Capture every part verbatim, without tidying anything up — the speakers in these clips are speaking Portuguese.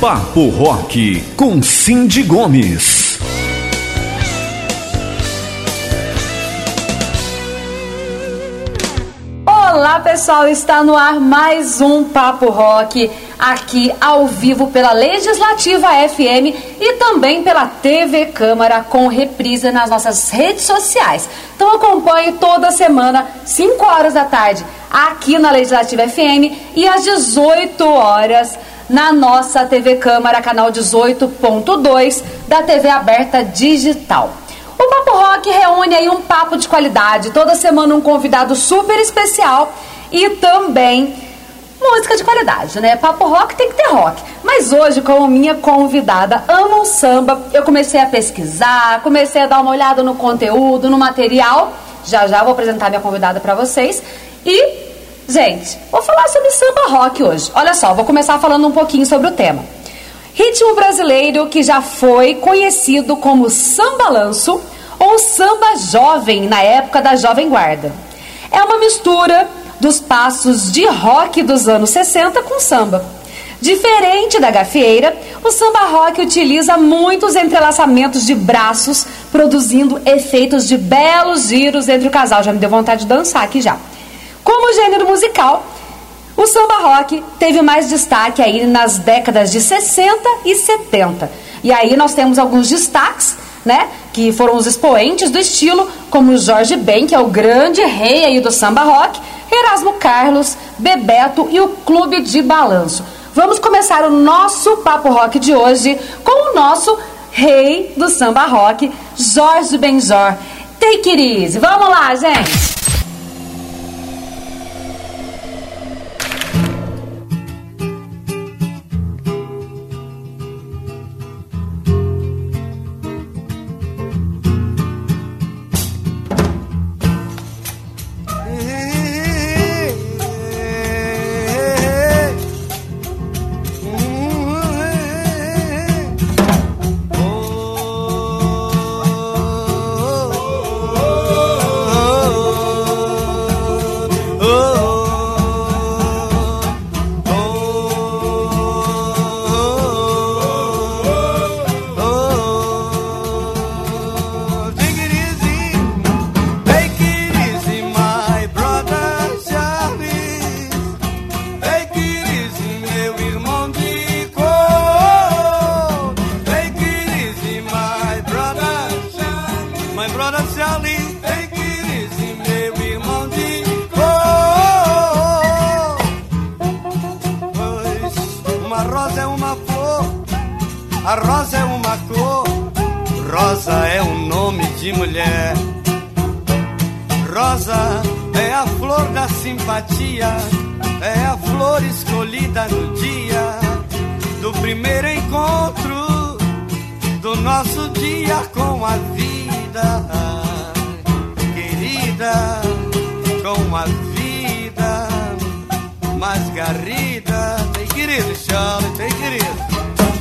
Papo Rock com Cindy Gomes. Olá pessoal, está no ar mais um Papo Rock, aqui ao vivo pela Legislativa F M e também pela T V Câmara, com reprise nas nossas redes sociais. Então acompanhe toda semana, cinco horas da tarde, aqui na Legislativa F M e às dezoito horas na nossa T V Câmara, canal dezoito ponto dois da T V aberta digital. O Papo Rock reúne aí um papo de qualidade, toda semana um convidado super especial e também música de qualidade, né? Papo Rock tem que ter rock. Mas hoje, como minha convidada ama o samba, eu comecei a pesquisar, comecei a dar uma olhada no conteúdo, no material. Já já vou apresentar minha convidada para vocês. E, gente, vou falar sobre samba rock hoje. Olha só, vou começar falando um pouquinho sobre o tema. Ritmo brasileiro que já foi conhecido como samba-lanço ou samba jovem na época da Jovem Guarda. É uma mistura dos passos de rock dos anos sessenta com samba. Diferente da gafieira, o samba rock utiliza muitos entrelaçamentos de braços, produzindo efeitos de belos giros entre o casal. Já me deu vontade de dançar aqui já. Como gênero musical, o samba rock teve mais destaque aí nas décadas de sessenta e setenta. E aí nós temos alguns destaques, né, que foram os expoentes do estilo, como o Jorge Ben, que é o grande rei aí do samba rock, Erasmo Carlos, Bebeto e o Clube de Balanço. Vamos começar o nosso Papo Rock de hoje com o nosso rei do samba rock, Jorge Benjor. Take it easy. Vamos lá, gente! A rosa é uma cor, rosa é um nome de mulher. Rosa é a flor da simpatia, é a flor escolhida no dia do primeiro encontro do nosso dia com a vida. Querida, com a vida mais garrida. Take it easy, Charlie, take it easy.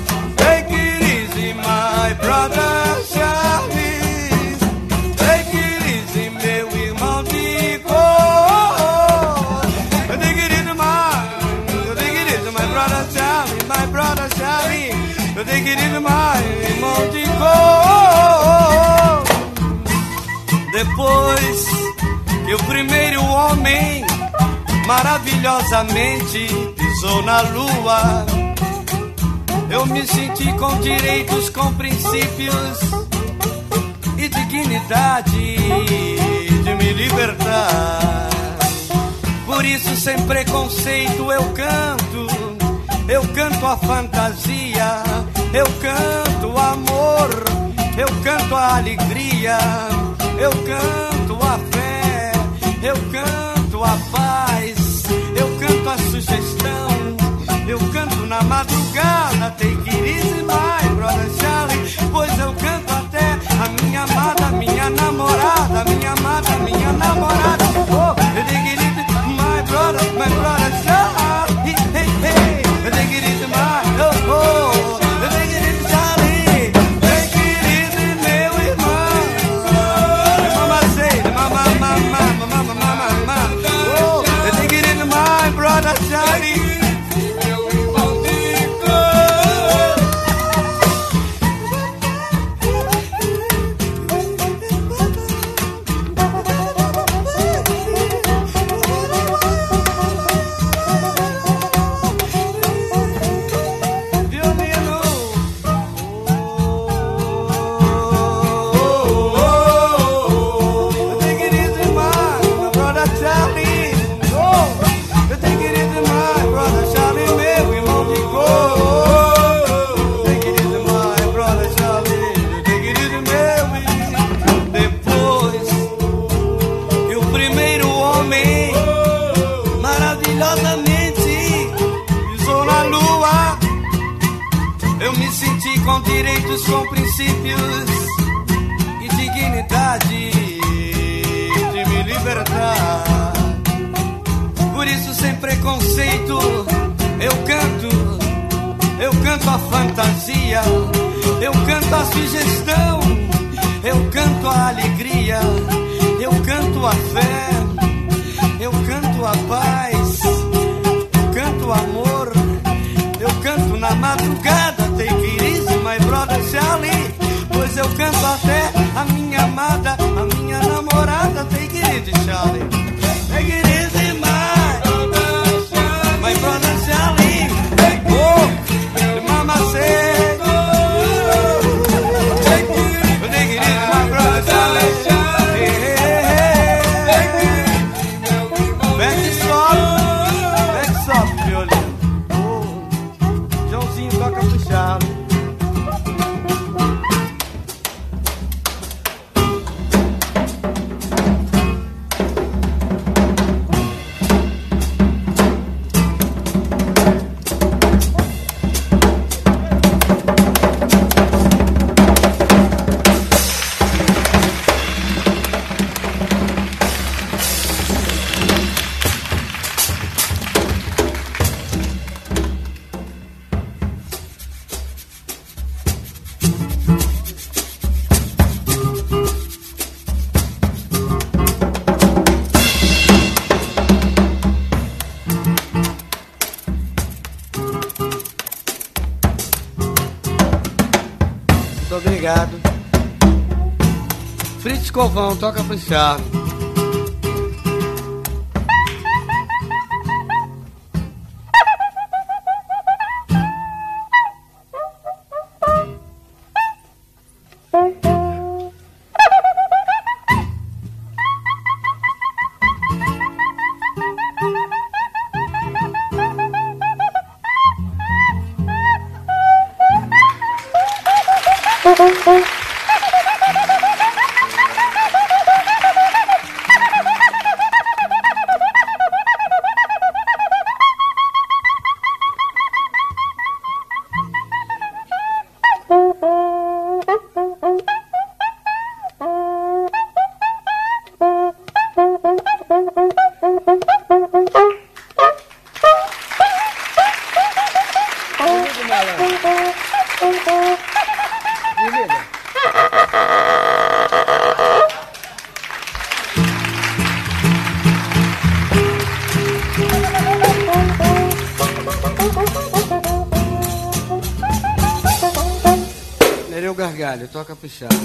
My brother Charlie, take it easy, meu irmão de cor. Take it easy, my, take it easy, my brother Charlie, my brother Charlie. Take it easy, my irmão de cor. Depois que o primeiro homem maravilhosamente pisou na lua, eu me senti com direitos, com princípios e dignidade de me libertar. Por isso, sem preconceito, eu canto, eu canto a fantasia, eu canto o amor, eu canto a alegria, eu canto a fé, eu canto a paz, eu canto a sugestão. Eu canto na madrugada, take it easy, my brother Charlie. Pois eu canto até a minha amada, minha namorada, minha amada, minha namorada. Oh, take it easy, my brother, my brother Charlie. Hey, hey, take it easy, my, oh, oh, take it easy, Charlie. Take it easy, meu irmão. Mama say, mama, mama, mama, mama, mama. Oh, take it easy, my brother Charlie. Eu me senti com direitos, com princípios e dignidade de me libertar. Por isso, sem preconceito, eu canto, eu canto a fantasia, eu canto a sugestão, eu canto a alegria, eu canto a fé, eu canto a paz, eu canto o amor, eu canto na madrugada, take it easy, my brother Charlie. Pois eu canto até a minha amada, a minha namorada, take it easy, Charlie. Take it easy, my brother Charlie, my brother Charlie. Oh, the mama said, take it easy, my brother Charlie. Hey, hey, hey. Back soft, back soft, violino. Oh, Joãozinho toca pro Charlie. Obrigado. Fritz Covão, toca pro Charlie. Nereu Gargalho, toca pro Charlie.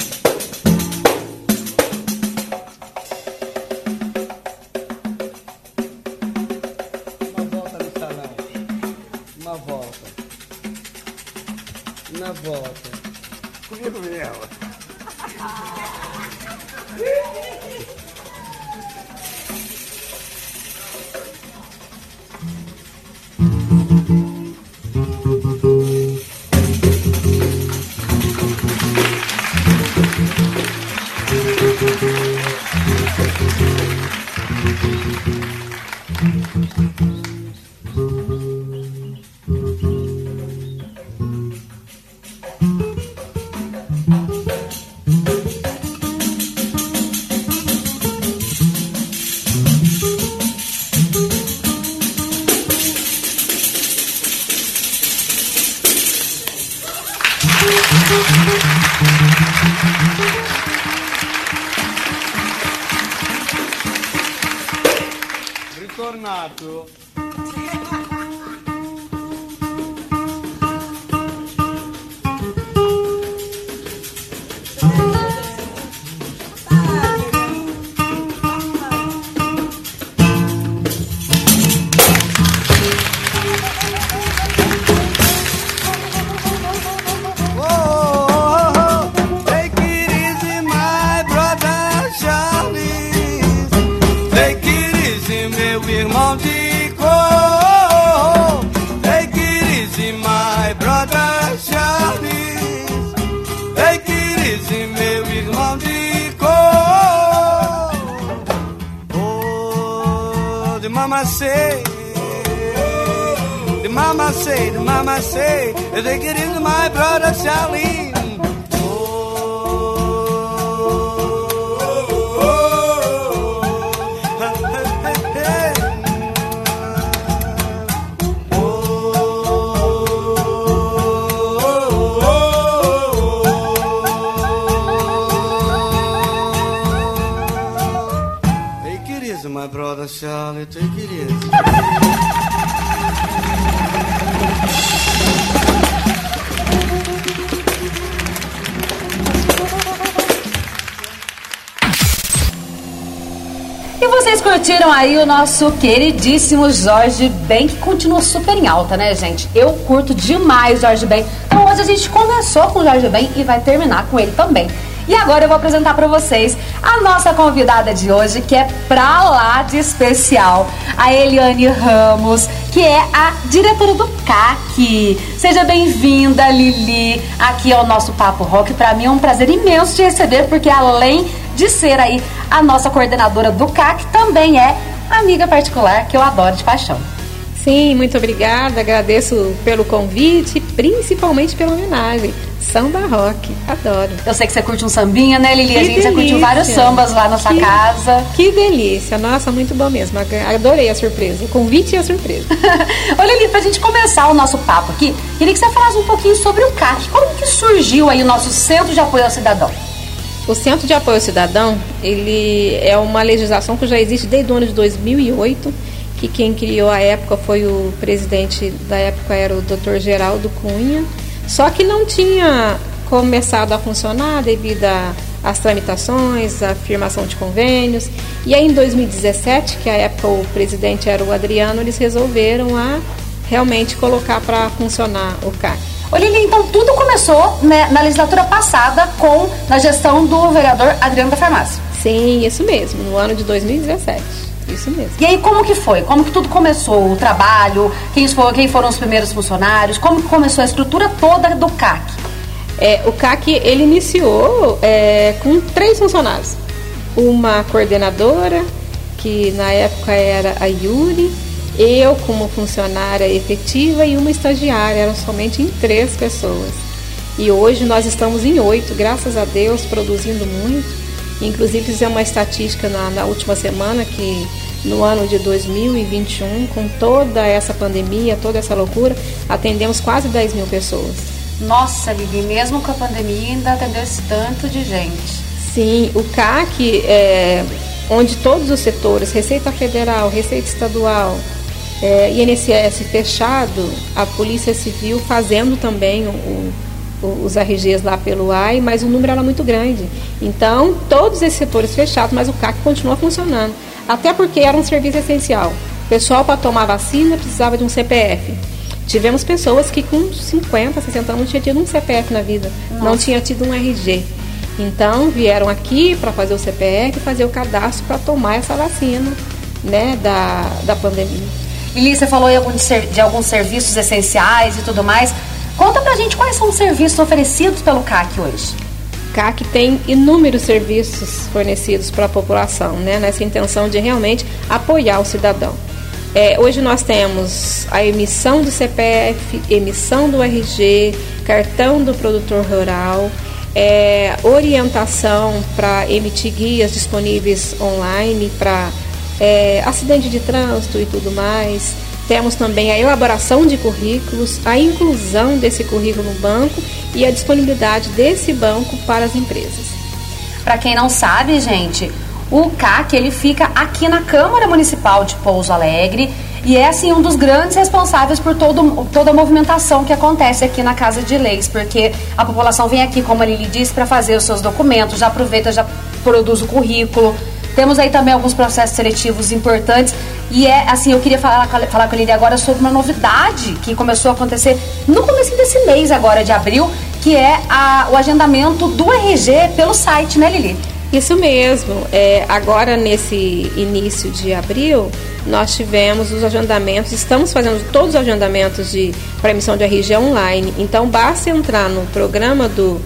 Uma volta no salão. Uma volta. Uma volta. Comigo mesmo. Ritornato. mama say, the mama say, take it into my brother Charlie. My brother Charlie, take it easy. E vocês curtiram aí o nosso queridíssimo Jorge Ben, que continua super em alta, né, gente? Eu curto demais Jorge Ben. Então hoje a gente começou com o Jorge Ben e vai terminar com ele também. E agora eu vou apresentar para vocês a nossa convidada de hoje, que é pra lá de especial, a Eliane Ramos, que é a diretora do C A C. Seja bem-vinda, Lili, aqui ao nosso Papo Rock. Para mim é um prazer imenso te receber, porque além de ser aí a nossa coordenadora do C A C, também é amiga particular, que eu adoro de paixão. Sim, muito obrigada, agradeço pelo convite, principalmente pela homenagem. Samba rock, adoro. Eu sei que você curte um sambinha, né, Lili? Que a gente delícia. já curtiu vários sambas lá na sua que, casa. Que delícia, nossa, muito bom mesmo. Adorei a surpresa, o convite e a surpresa. Olha, Lili, pra gente começar o nosso papo aqui, queria que você falasse um pouquinho sobre o C A C. Como que surgiu aí o nosso Centro de Apoio ao Cidadão? O Centro de Apoio ao Cidadão, ele é uma legislação que já existe desde o ano de dois mil e oito, que quem criou à época foi o presidente da época, era o doutor Geraldo Cunha, só que não tinha começado a funcionar devido às tramitações, à firmação de convênios. E aí em dois mil e dezessete, que à época o presidente era o Adriano, eles resolveram a realmente colocar para funcionar o C A C. Ô Lili, então tudo começou, né, na legislatura passada com na gestão do vereador Adriano da Farmácia. Sim, isso mesmo, no ano de dois mil e dezessete. Isso mesmo. E aí, como que foi? Como que tudo começou? O trabalho? Quem, foi, quem foram os primeiros funcionários? Como que começou a estrutura toda do C A C? É, o C A C, ele iniciou é, com três funcionários. Uma coordenadora, que na época era a Yuri, eu como funcionária efetiva e uma estagiária. Eram somente em três pessoas. E hoje nós estamos em oito, graças a Deus, produzindo muito. Inclusive fizemos uma estatística na, na última semana que no ano de dois mil e vinte e um, com toda essa pandemia, toda essa loucura, atendemos quase dez mil pessoas. Nossa, Lili, mesmo com a pandemia ainda atendeu esse tanto de gente. Sim, o C A C, é, onde todos os setores, Receita Federal, Receita Estadual, é, I N S S fechado, a Polícia Civil fazendo também o, o os R Gs lá pelo A I, mas o número era muito grande. Então, todos esses setores fechados, mas o C A C continua funcionando. Até porque era um serviço essencial. O pessoal, para tomar vacina, precisava de um C P F. Tivemos pessoas que com cinquenta, sessenta anos não tinham tido um C P F na vida. Nossa. Não tinha tido um R G. Então, vieram aqui para fazer o C P F, fazer o cadastro para tomar essa vacina, né, da, da pandemia. Lili, você falou de alguns serviços essenciais e tudo mais. Conta pra gente quais são os serviços oferecidos pelo C A C hoje. O C A C tem inúmeros serviços fornecidos para a população, né, nessa intenção de realmente apoiar o cidadão. É, hoje nós temos a emissão do C P F, emissão do R G, cartão do produtor rural, é, orientação para emitir guias disponíveis online para é, acidente de trânsito e tudo mais. Temos também a elaboração de currículos, a inclusão desse currículo no banco e a disponibilidade desse banco para as empresas. Para quem não sabe, gente, o C A C ele fica aqui na Câmara Municipal de Pouso Alegre e é assim um dos grandes responsáveis por todo, toda a movimentação que acontece aqui na Casa de Leis, porque a população vem aqui, como a Lili disse, para fazer os seus documentos, já aproveita, já produz o currículo. Temos aí também alguns processos seletivos importantes e é assim, eu queria falar, falar com a Lili agora sobre uma novidade que começou a acontecer no começo desse mês agora de abril, que é a, o agendamento do R G pelo site, né, Lili? Isso mesmo. É, agora, nesse início de abril, nós tivemos os agendamentos, estamos fazendo todos os agendamentos para emissão de R G online. Então, basta entrar no programa do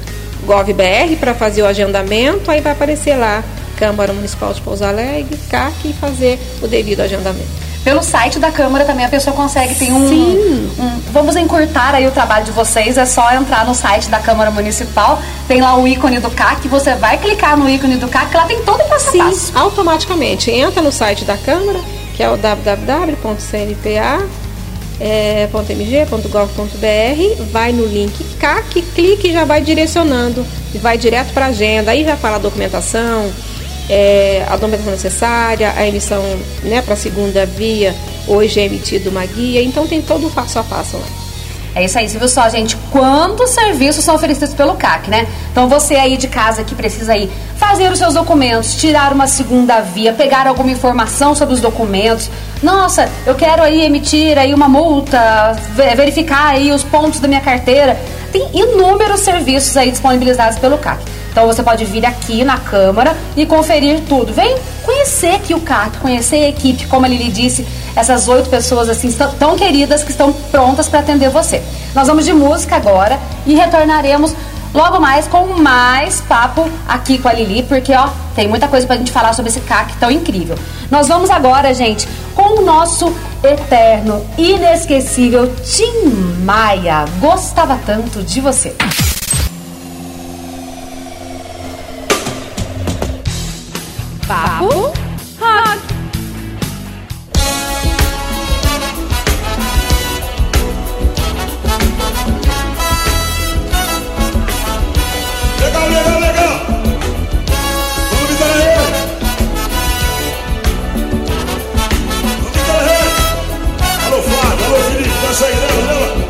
GovBR para fazer o agendamento, aí vai aparecer lá Câmara Municipal de Pouso Alegre, C A C, e fazer o devido agendamento. Pelo site da Câmara também a pessoa consegue, tem um, um... Vamos encurtar aí o trabalho de vocês, é só entrar no site da Câmara Municipal, tem lá o ícone do C A C, você vai clicar no ícone do C A C, que lá tem todo o passo a passo. Sim, automaticamente. Entra no site da Câmara, que é o w w w ponto c n p a ponto m g ponto gov ponto b r, vai no link C A C, clique e já vai direcionando, e vai direto para a agenda, aí já fala a documentação, É, a documentação necessária, a emissão, né, para a segunda via, hoje é emitido uma guia, então tem todo o passo a passo lá. É isso aí, você viu só, gente, quantos serviços são oferecidos pelo C A C, né? Então você aí de casa que precisa aí fazer os seus documentos, tirar uma segunda via, pegar alguma informação sobre os documentos, nossa, eu quero aí emitir aí uma multa, verificar aí os pontos da minha carteira, tem inúmeros serviços aí disponibilizados pelo C A C. Então você pode vir aqui na Câmara e conferir tudo. Vem conhecer aqui o C A C, conhecer a equipe, como a Lili disse, essas oito pessoas assim tão queridas que estão prontas para atender você. Nós vamos de música agora e retornaremos logo mais com mais papo aqui com a Lili, porque ó, tem muita coisa pra gente falar sobre esse C A C tão incrível. Nós vamos agora, gente, com o nosso eterno, inesquecível Tim Maia. Gostava tanto de você. Papo Rock. Legal, legal, legal. Vamos gritar aí. Vamos gritar aí. Alô, Flávio, alô, Felipe, tá saindo,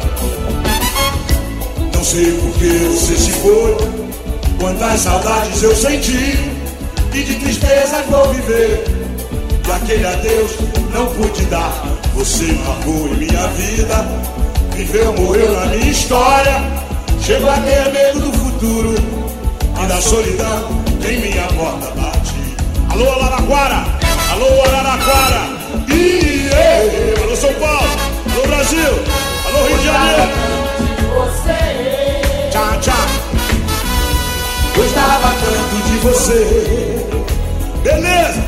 não? Não sei por que você se foi, quantas saudades eu senti. E de tristeza vou viver, e aquele adeus não pude dar. Você marcou em minha vida, viveu, morreu na minha história. Chego a ter medo do futuro e da solidão em minha porta bate. Alô, Araraquara, alô, Araraquara, e alô, São Paulo, alô, Brasil, alô, Rio de Janeiro. Tchau, tchau. Gostava tanto de você. Beleza.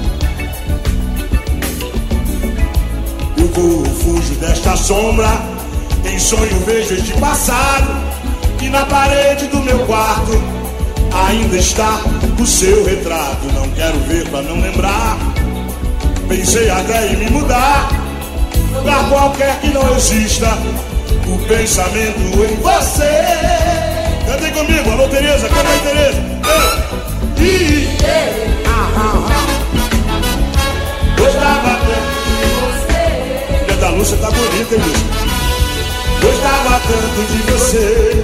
Eu vou, fujo desta sombra. Em sonho vejo este passado. E na parede do meu quarto ainda está o seu retrato. Não quero ver pra não lembrar. Pensei até em me mudar, lugar qualquer que não exista o pensamento em você. Cantem comigo, alô Tereza, canta aí Tereza. Eu, e, ah, ah, ah. Gostava tanto de você. Filha da Lúcia tá bonita, hein, Lúcia? Gostava tanto de você.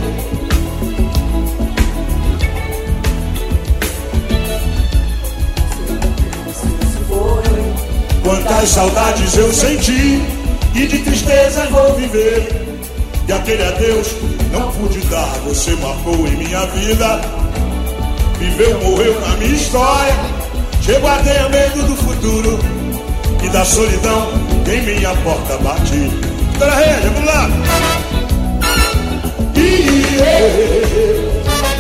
Quantas saudades eu senti e de tristeza vou viver. E aquele adeus não pude dar, você marcou em minha vida. Viveu, morreu na minha história. Chego a ter medo do futuro e da solidão em minha porta bate. Pera aí, vamos lá. E eu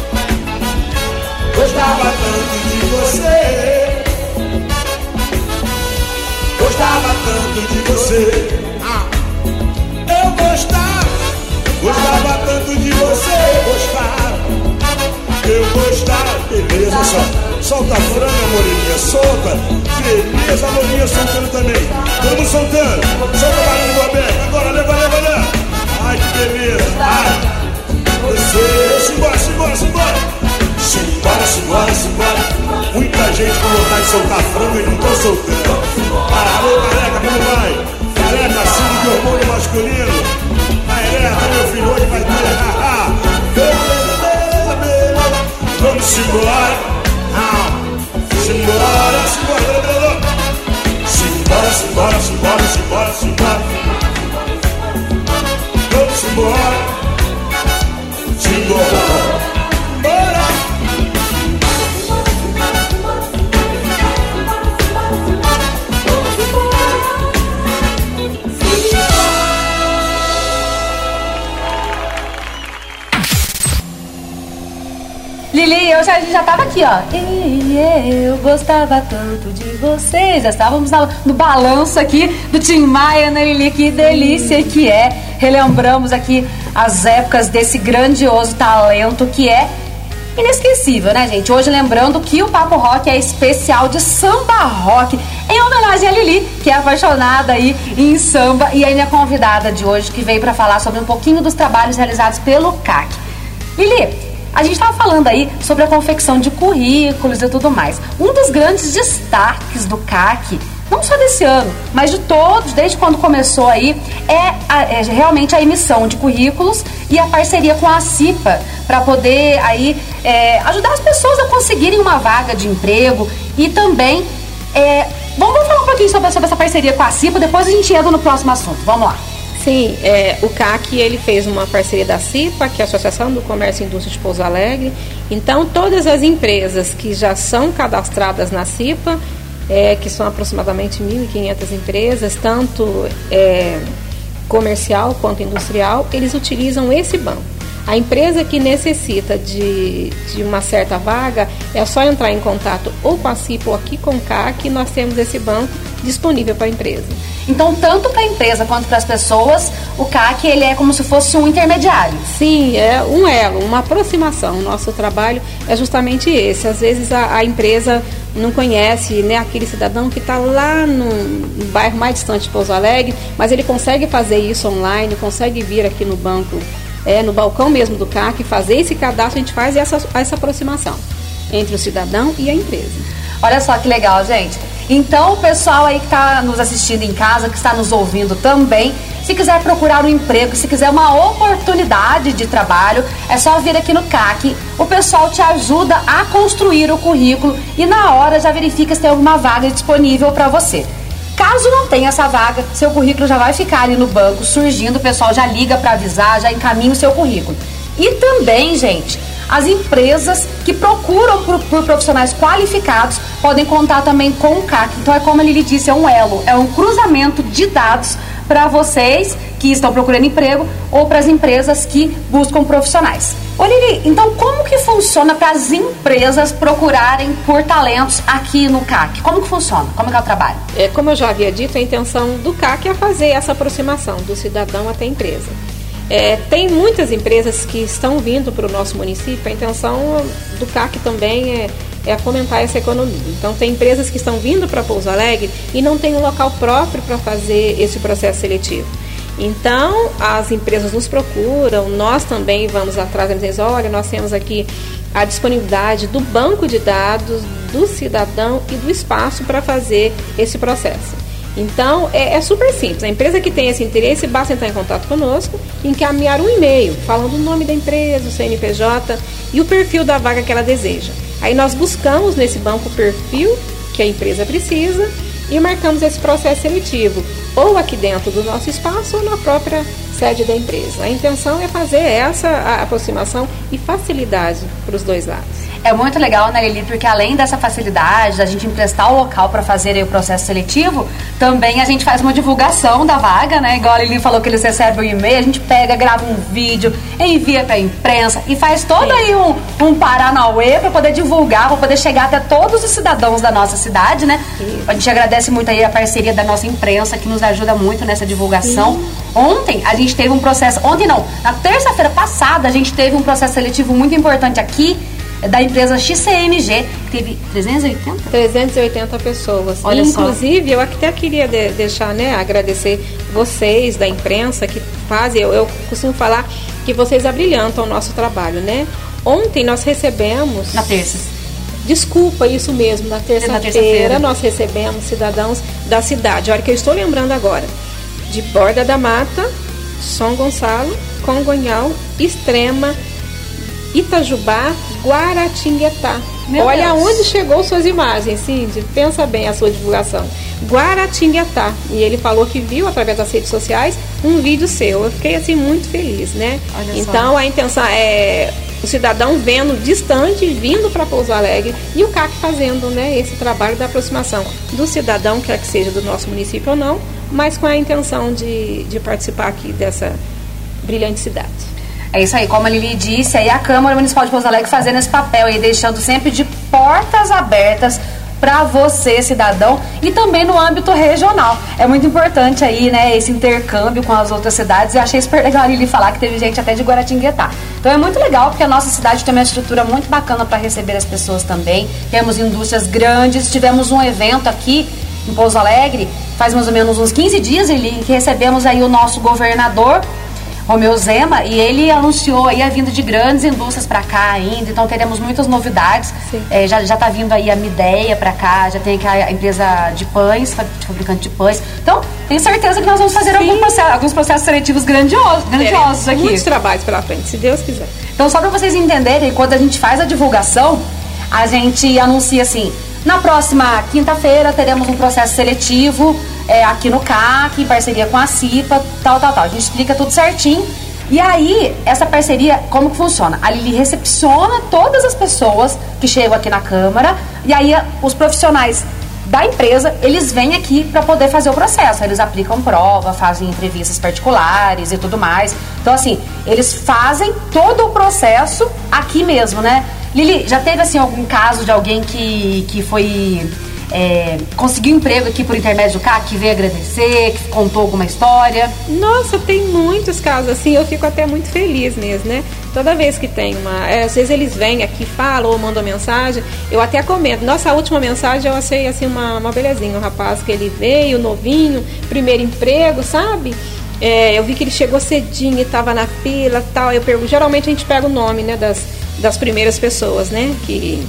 gostava tanto de você. Gostava tanto de você. Ah. Eu gostava. Gostava tanto de você, gostava. Eu gostava. Beleza, só. Solta a franga, moreninha, solta. Beleza, a lourinha soltando também. Vamos soltando. Solta o barulho do aberto. Agora, leva, leva, leva. Ai, que beleza. Ai. Você. Simbora, simbora, simbora. Simbora, simbora, simbora. Muita gente com vontade de soltar a franga e não tô soltando. Alô, careca, como vai? Careca, símbolo de hormônio masculino. Careca, meu filho, hoje vai ter. Beleza, beleza, beleza. Vamos embora. Simbora, simbora, beleza. Simbora, simbora, simbora, simbora, simbora. Vamos embora. Simbora. Bora. Lili, eu já, a gente já tava aqui, ó. E eu gostava tanto de vocês. Já estávamos na, no balanço aqui do Tim Maia, né, Lili? Que delícia que é. Relembramos aqui as épocas desse grandioso talento que é inesquecível, né, gente? Hoje lembrando que o Papo Rock é especial de samba rock, em homenagem a Lili, que é apaixonada aí em samba, e a minha convidada de hoje, que veio para falar sobre um pouquinho dos trabalhos realizados pelo C A C. Lili, a gente estava falando aí sobre a confecção de currículos e tudo mais. Um dos grandes destaques do C A C, não só desse ano, mas de todos, desde quando começou aí, é, a, é realmente a emissão de currículos e a parceria com a CIPA para poder aí é, ajudar as pessoas a conseguirem uma vaga de emprego e também é, vamos falar um pouquinho sobre, sobre essa parceria com a CIPA, depois a gente entra no próximo assunto. Vamos lá. Sim, é, o C A C ele fez uma parceria da CIPA, que é a Associação do Comércio e Indústria de Pouso Alegre. Então, todas as empresas que já são cadastradas na CIPA, é, que são aproximadamente mil e quinhentas empresas, tanto é, comercial quanto industrial, eles utilizam esse banco. A empresa que necessita de, de uma certa vaga, é só entrar em contato ou com a CIPA ou aqui com o C A C, que nós temos esse banco disponível para a empresa. Então, tanto para a empresa quanto para as pessoas, o C A C ele é como se fosse um intermediário. Sim, é um elo, uma aproximação. O nosso trabalho é justamente esse. Às vezes a, a empresa não conhece, né, aquele cidadão que está lá no, no bairro mais distante de Pouso Alegre, mas ele consegue fazer isso online, consegue vir aqui no banco, é, no balcão mesmo do C A C, fazer esse cadastro. A gente faz essa, essa aproximação entre o cidadão e a empresa. Olha só que legal, gente. Então, o pessoal aí que está nos assistindo em casa, que está nos ouvindo também, se quiser procurar um emprego, se quiser uma oportunidade de trabalho, é só vir aqui no C A C. O pessoal te ajuda a construir o currículo e na hora já verifica se tem alguma vaga disponível para você. Caso não tenha essa vaga, seu currículo já vai ficar ali no banco surgindo, o pessoal já liga para avisar, já encaminha o seu currículo. E também, gente, as empresas que procuram por, por profissionais qualificados podem contar também com o C A C. Então é como a Lili disse, é um elo, é um cruzamento de dados para vocês que estão procurando emprego ou para as empresas que buscam profissionais. Ô Lili, então como que funciona para as empresas procurarem por talentos aqui no C A C? Como que funciona? Como que é o trabalho? É, como eu já havia dito, a intenção do C A C é fazer essa aproximação do cidadão até a empresa. É, tem muitas empresas que estão vindo para o nosso município, a intenção do C A C também é, é fomentar essa economia. Então, tem empresas que estão vindo para Pouso Alegre e não tem um local próprio para fazer esse processo seletivo. Então, as empresas nos procuram, nós também vamos atrás e dizemos, olha, nós temos aqui a disponibilidade do banco de dados, do cidadão e do espaço para fazer esse processo. Então, é, é super simples. A empresa que tem esse interesse, basta entrar em contato conosco e encaminhar um e-mail falando o nome da empresa, o C N P J e o perfil da vaga que ela deseja. Aí nós buscamos nesse banco o perfil que a empresa precisa e marcamos esse processo seletivo, ou aqui dentro do nosso espaço ou na própria sede da empresa. A intenção é fazer essa aproximação e facilidade para os dois lados. É muito legal, né, Lili, porque além dessa facilidade da gente emprestar o local para fazer aí o processo seletivo, também a gente faz uma divulgação da vaga, né, igual a Lili falou que eles recebem um e-mail, a gente pega, grava um vídeo, envia para a imprensa e faz todo aí um, um paranauê para poder divulgar, para poder chegar até todos os cidadãos da nossa cidade, né. Sim. A gente agradece muito aí a parceria da nossa imprensa, que nos ajuda muito nessa divulgação. Sim. Ontem a gente teve um processo, ontem não, na terça-feira passada a gente teve um processo seletivo muito importante aqui, da empresa X C M G, que teve trezentas e oitenta? trezentas e oitenta pessoas. Olha Inclusive, só. eu até queria de, deixar, né, agradecer vocês da imprensa que fazem, eu, eu costumo falar que vocês abrilhantam o nosso trabalho, né? Ontem nós recebemos... Na terça. Desculpa, isso mesmo, na terça-feira nós recebemos cidadãos da cidade. Olha que eu estou lembrando agora. De Borda da Mata, São Gonçalo, Congonhal, Extrema, Itajubá, Guaratinguetá. Meu Olha Deus. Onde chegou suas imagens, Cindy. Pensa bem a sua divulgação. Guaratinguetá. E ele falou que viu através das redes sociais um vídeo seu. Eu fiquei assim muito feliz, né? Olha então só. A intenção é o cidadão vendo distante, vindo para Pouso Alegre e o C A C fazendo, né, esse trabalho da aproximação do cidadão, quer que seja do nosso município ou não, mas com a intenção de, de participar aqui dessa brilhante cidade. É isso aí, como a Lili disse, aí a Câmara Municipal de Pouso Alegre fazendo esse papel aí, deixando sempre de portas abertas para você, cidadão, e também no âmbito regional. É muito importante aí, né, esse intercâmbio com as outras cidades, e achei super legal a Lili falar que teve gente até de Guaratinguetá. Então é muito legal, porque a nossa cidade tem uma estrutura muito bacana para receber as pessoas também. Temos indústrias grandes, tivemos um evento aqui em Pouso Alegre, faz mais ou menos uns quinze dias, Lili, que recebemos aí o nosso governador, Romeu Zema, e ele anunciou aí a vinda de grandes indústrias para cá ainda, então teremos muitas novidades. É, já já está vindo aí a Mideia para cá, já tem aqui a empresa de pães, fabricante de pães. Então, tenho certeza que nós vamos fazer algum processo, alguns processos seletivos grandiosos, grandiosos aqui. Muitos trabalhos pela frente, se Deus quiser. Então, só para vocês entenderem, quando a gente faz a divulgação, a gente anuncia assim: na próxima quinta-feira teremos um processo seletivo é, aqui no C A C, em parceria com a CIPA, tal, tal, tal. A gente explica tudo certinho. E aí, essa parceria, como que funciona? A Lili recepciona todas as pessoas que chegam aqui na Câmara, e aí os profissionais da empresa, eles vêm aqui para poder fazer o processo. Eles aplicam prova, fazem entrevistas particulares e tudo mais. Então, assim, eles fazem todo o processo aqui mesmo, né? Lili, já teve, assim, algum caso de alguém que, que foi... É, conseguiu emprego aqui por intermédio do C A C, que veio agradecer, que contou alguma história? Nossa, tem muitos casos assim, eu fico até muito feliz mesmo, né? Toda vez que tem uma... É, às vezes eles vêm aqui, falam ou mandam mensagem, eu até comento. Nossa, a última mensagem eu achei assim uma, uma belezinha, um rapaz que ele veio, novinho, primeiro emprego, sabe? É, eu vi que ele chegou cedinho e estava na fila e tal. Eu pergunto, geralmente a gente pega o nome, né, das, das primeiras pessoas, né, que...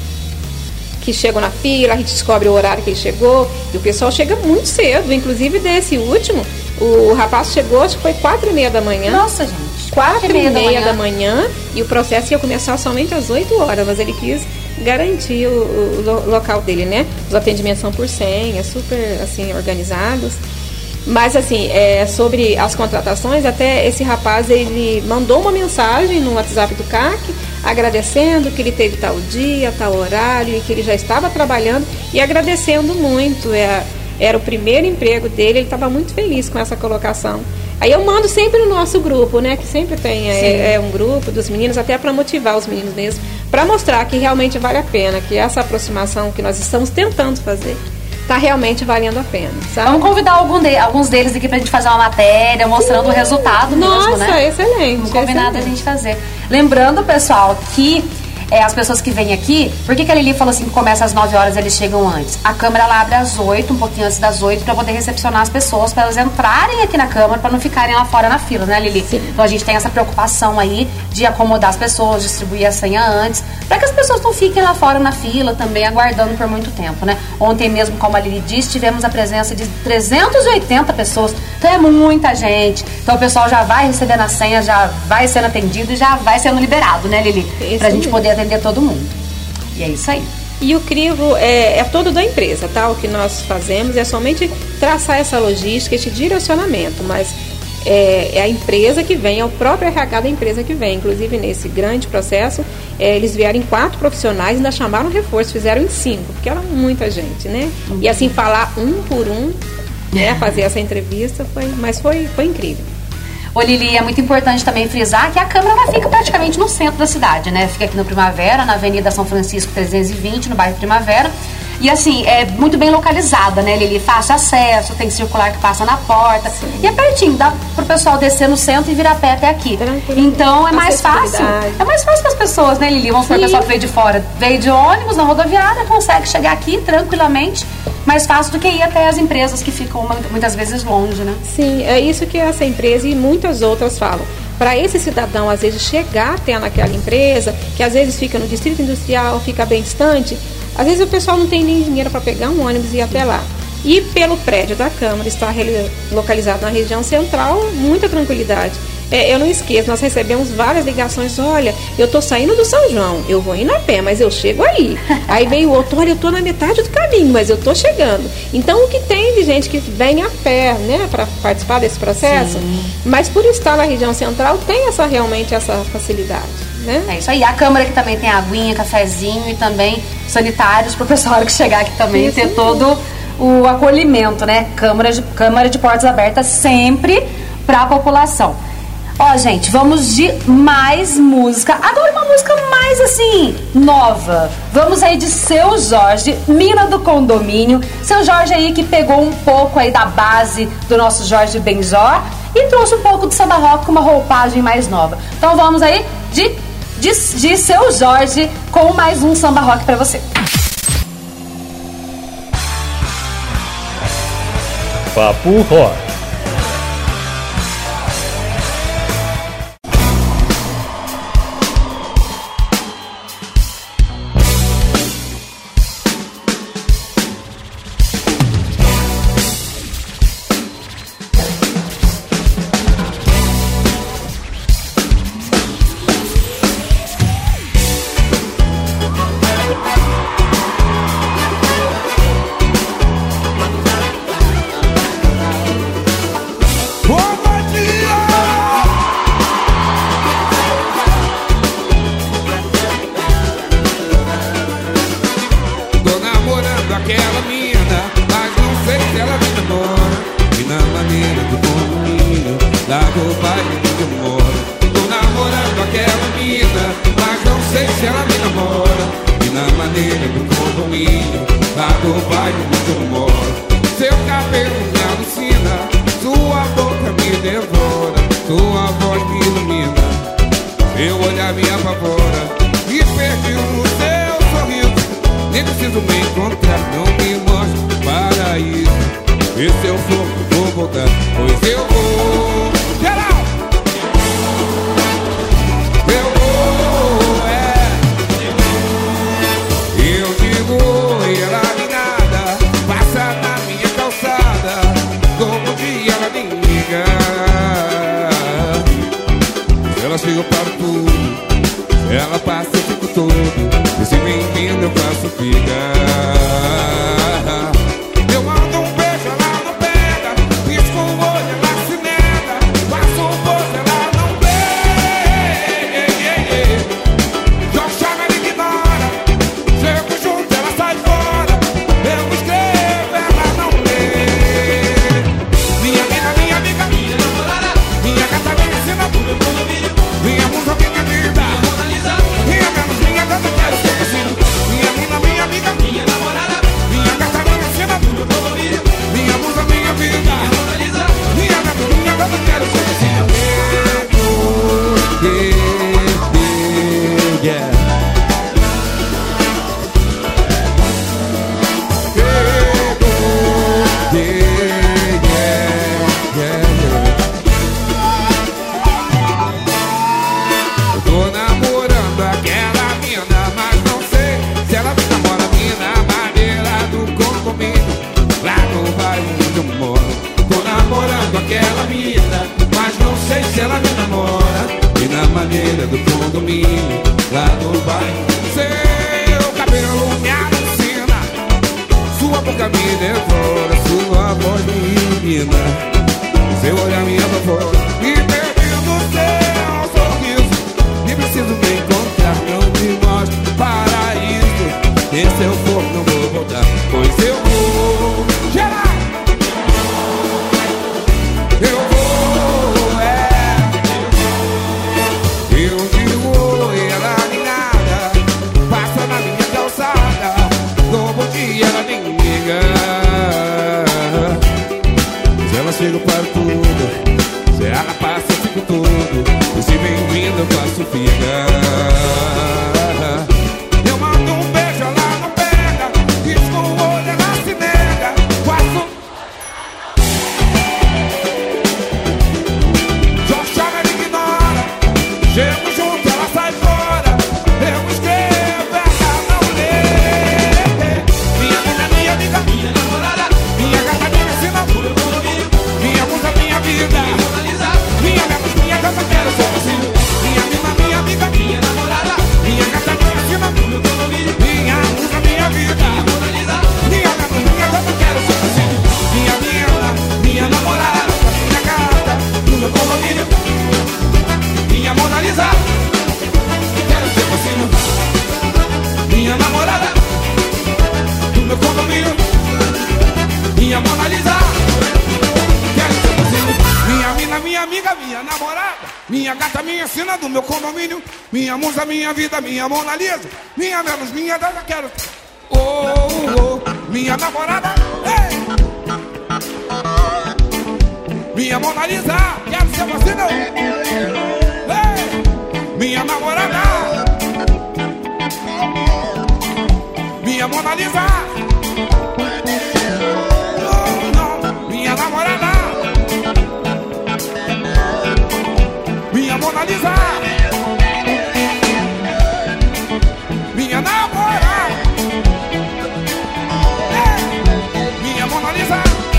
que chegam na fila, a gente descobre o horário que ele chegou, e o pessoal chega muito cedo, inclusive desse último, o rapaz chegou, acho que foi quatro e meia da manhã. Nossa, gente. Quatro e meia da manhã. da manhã, e o processo ia começar somente às oito horas, mas ele quis garantir o, o, o local dele, né? Os atendimentos são por senha, super, assim, organizados. Mas, assim, é, sobre as contratações, até esse rapaz, ele mandou uma mensagem no WhatsApp do C A C, agradecendo que ele teve tal dia, tal horário, e que ele já estava trabalhando, e agradecendo muito. É, era o primeiro emprego dele, ele estava muito feliz com essa colocação. Aí eu mando sempre no nosso grupo, né, que sempre tem é, é um grupo dos meninos, até para motivar os meninos mesmo, para mostrar que realmente vale a pena, que essa aproximação que nós estamos tentando fazer tá realmente valendo a pena, sabe? Vamos convidar algum de, alguns deles aqui pra gente fazer uma matéria mostrando Sim. o resultado Nossa, mesmo, né? Nossa, excelente. Vamos combinar da gente fazer. Lembrando, pessoal, que é, as pessoas que vêm aqui, por que, que a Lili falou assim que começa às nove horas, eles chegam antes? A Câmara ela abre às oito, um pouquinho antes das oito, para poder recepcionar as pessoas, para elas entrarem aqui na Câmara, para não ficarem lá fora na fila, né, Lili? Sim. Então a gente tem essa preocupação aí de acomodar as pessoas, distribuir a senha antes, para que as pessoas não fiquem lá fora na fila também, aguardando por muito tempo, né? Ontem mesmo, como a Lili disse, tivemos a presença de trezentas e oitenta pessoas, então é muita gente. Então o pessoal já vai recebendo a senha, já vai sendo atendido e já vai sendo liberado, né, Lili? Isso pra gente mesmo. Poder atender todo mundo. E é isso aí. E o crivo é, é todo da empresa, tá? O que nós fazemos é somente traçar essa logística, esse direcionamento, mas é, é a empresa que vem, é o próprio R H da empresa que vem. Inclusive, nesse grande processo, é, eles vieram em quatro profissionais, ainda chamaram reforço, fizeram em cinco, porque era muita gente, né? Uhum. E assim, falar um por um, né? Fazer essa entrevista, foi, mas foi, foi incrível. Ô Lili, é muito importante também frisar que a Câmara ela fica praticamente no centro da cidade, né? Fica aqui no Primavera, na Avenida São Francisco trezentos e vinte, no bairro Primavera. E assim, é muito bem localizada, né, Lili? Fácil acesso, tem circular que passa na porta. Sim. E é pertinho, dá pro pessoal descer no centro e vir a pé até aqui. Então é mais fácil. É mais fácil para as pessoas, né, Lili? Vamos supor, o pessoal que veio de fora, veio de ônibus na rodoviária, consegue chegar aqui tranquilamente. Mais fácil do que ir até as empresas que ficam muitas vezes longe, né? Sim, é isso que essa empresa e muitas outras falam. Para esse cidadão, às vezes, chegar até naquela empresa, que às vezes fica no distrito industrial, fica bem distante, às vezes o pessoal não tem nem dinheiro para pegar um ônibus e ir até lá. E pelo prédio da Câmara, está localizado na região central, muita tranquilidade. É, eu não esqueço, nós recebemos várias ligações, olha, eu tô saindo do São João, eu vou indo a pé, mas eu chego aí. Aí veio o outro, olha, eu tô na metade do caminho, mas eu tô chegando. Então, o que tem de gente que vem a pé, né, para participar desse processo, Sim. mas por estar na região central, tem essa, realmente essa facilidade. Né? É isso aí. A Câmara que também tem aguinha, cafezinho e também sanitários para o pessoal que chegar aqui também isso ter mesmo. Todo o acolhimento, né? Câmara de, Câmara de portas abertas sempre para a população. Ó, gente, vamos de mais música. Agora uma música mais, assim, nova. Vamos aí de Seu Jorge, Mina do Condomínio. Seu Jorge aí que pegou um pouco aí da base do nosso Jorge Benjor e trouxe um pouco do samba rock com uma roupagem mais nova. Então vamos aí de, de, de Seu Jorge com mais um samba rock pra você. Papo Rock. Minha, minha, minha, minha, minha, minha, minha, minha, minha, minha, minha, minha, minha, minha, minha, Minha gata, minha sina do meu condomínio. Minha musa, minha vida, minha Mona Lisa. Minha Vênus, minha dama, quero. Oh, oh, oh, minha namorada. Ei! Minha Mona Lisa, quero ser você, não. Ei! Minha namorada. Minha Mona Lisa. Oh, não, minha namorada. Minha Mona Lisa. Minha namorada. Ei! Minha Mona Lisa.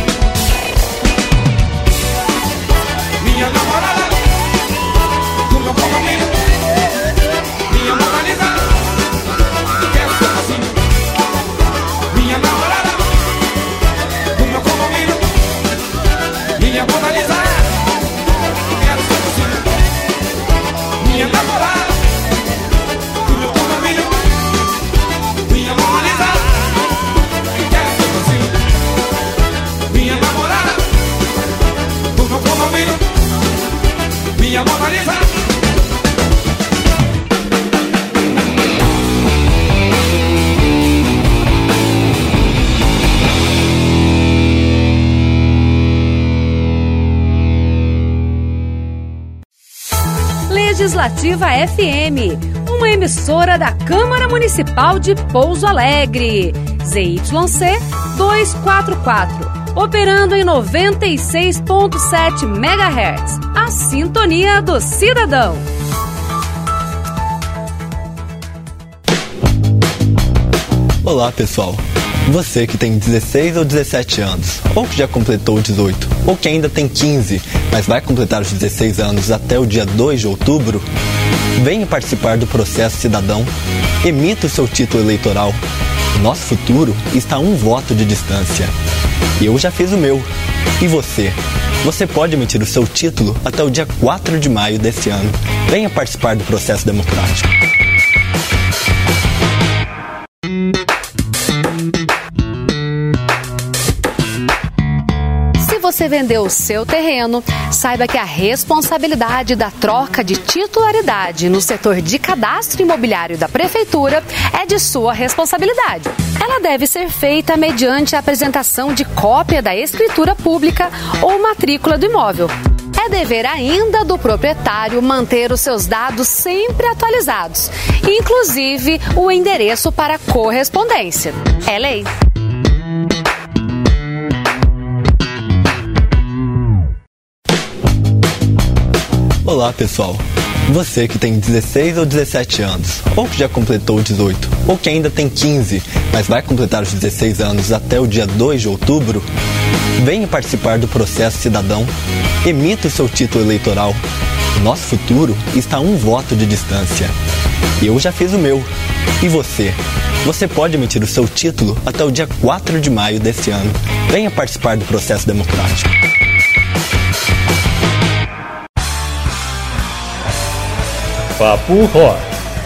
Minha namorada. Do meu condomínio. Minha Mona Lisa. Quero ser assim. Minha namorada. Do meu condomínio. Minha Mona Lisa. Quero ser assim. Minha namorada. Do meu condomínio. Minha Mona Lisa. Quero ser assim. Minha namorada. Do meu condomínio. Minha Mona Lisa. Legislativa F M, uma emissora da Câmara Municipal de Pouso Alegre. Z Y C duzentos e quarenta e quatro, operando em noventa e seis ponto sete megahertz. A sintonia do cidadão. Olá, pessoal. Você que tem dezesseis ou dezessete anos, ou que já completou dezoito, ou que ainda tem quinze, mas vai completar os dezesseis anos até o dia dois de outubro, venha participar do processo cidadão, emita o seu título eleitoral. Nosso futuro está a um voto de distância. Eu já fiz o meu. E você? Você pode emitir o seu título até o dia quatro de maio deste ano. Venha participar do processo democrático. Se você vendeu o seu terreno, saiba que a responsabilidade da troca de titularidade no setor de cadastro imobiliário da Prefeitura é de sua responsabilidade. Ela deve ser feita mediante a apresentação de cópia da escritura pública ou matrícula do imóvel. É dever ainda do proprietário manter os seus dados sempre atualizados, inclusive o endereço para correspondência. É lei. Olá, pessoal. Você que tem dezesseis ou dezessete anos, ou que já completou dezoito, ou que ainda tem quinze, mas vai completar os dezesseis anos até o dia dois de outubro, venha participar do processo cidadão, emita o seu título eleitoral. Nosso futuro está a um voto de distância. Eu já fiz o meu. E você? Você pode emitir o seu título até o dia quatro de maio deste ano. Venha participar do processo democrático. Papo Rock.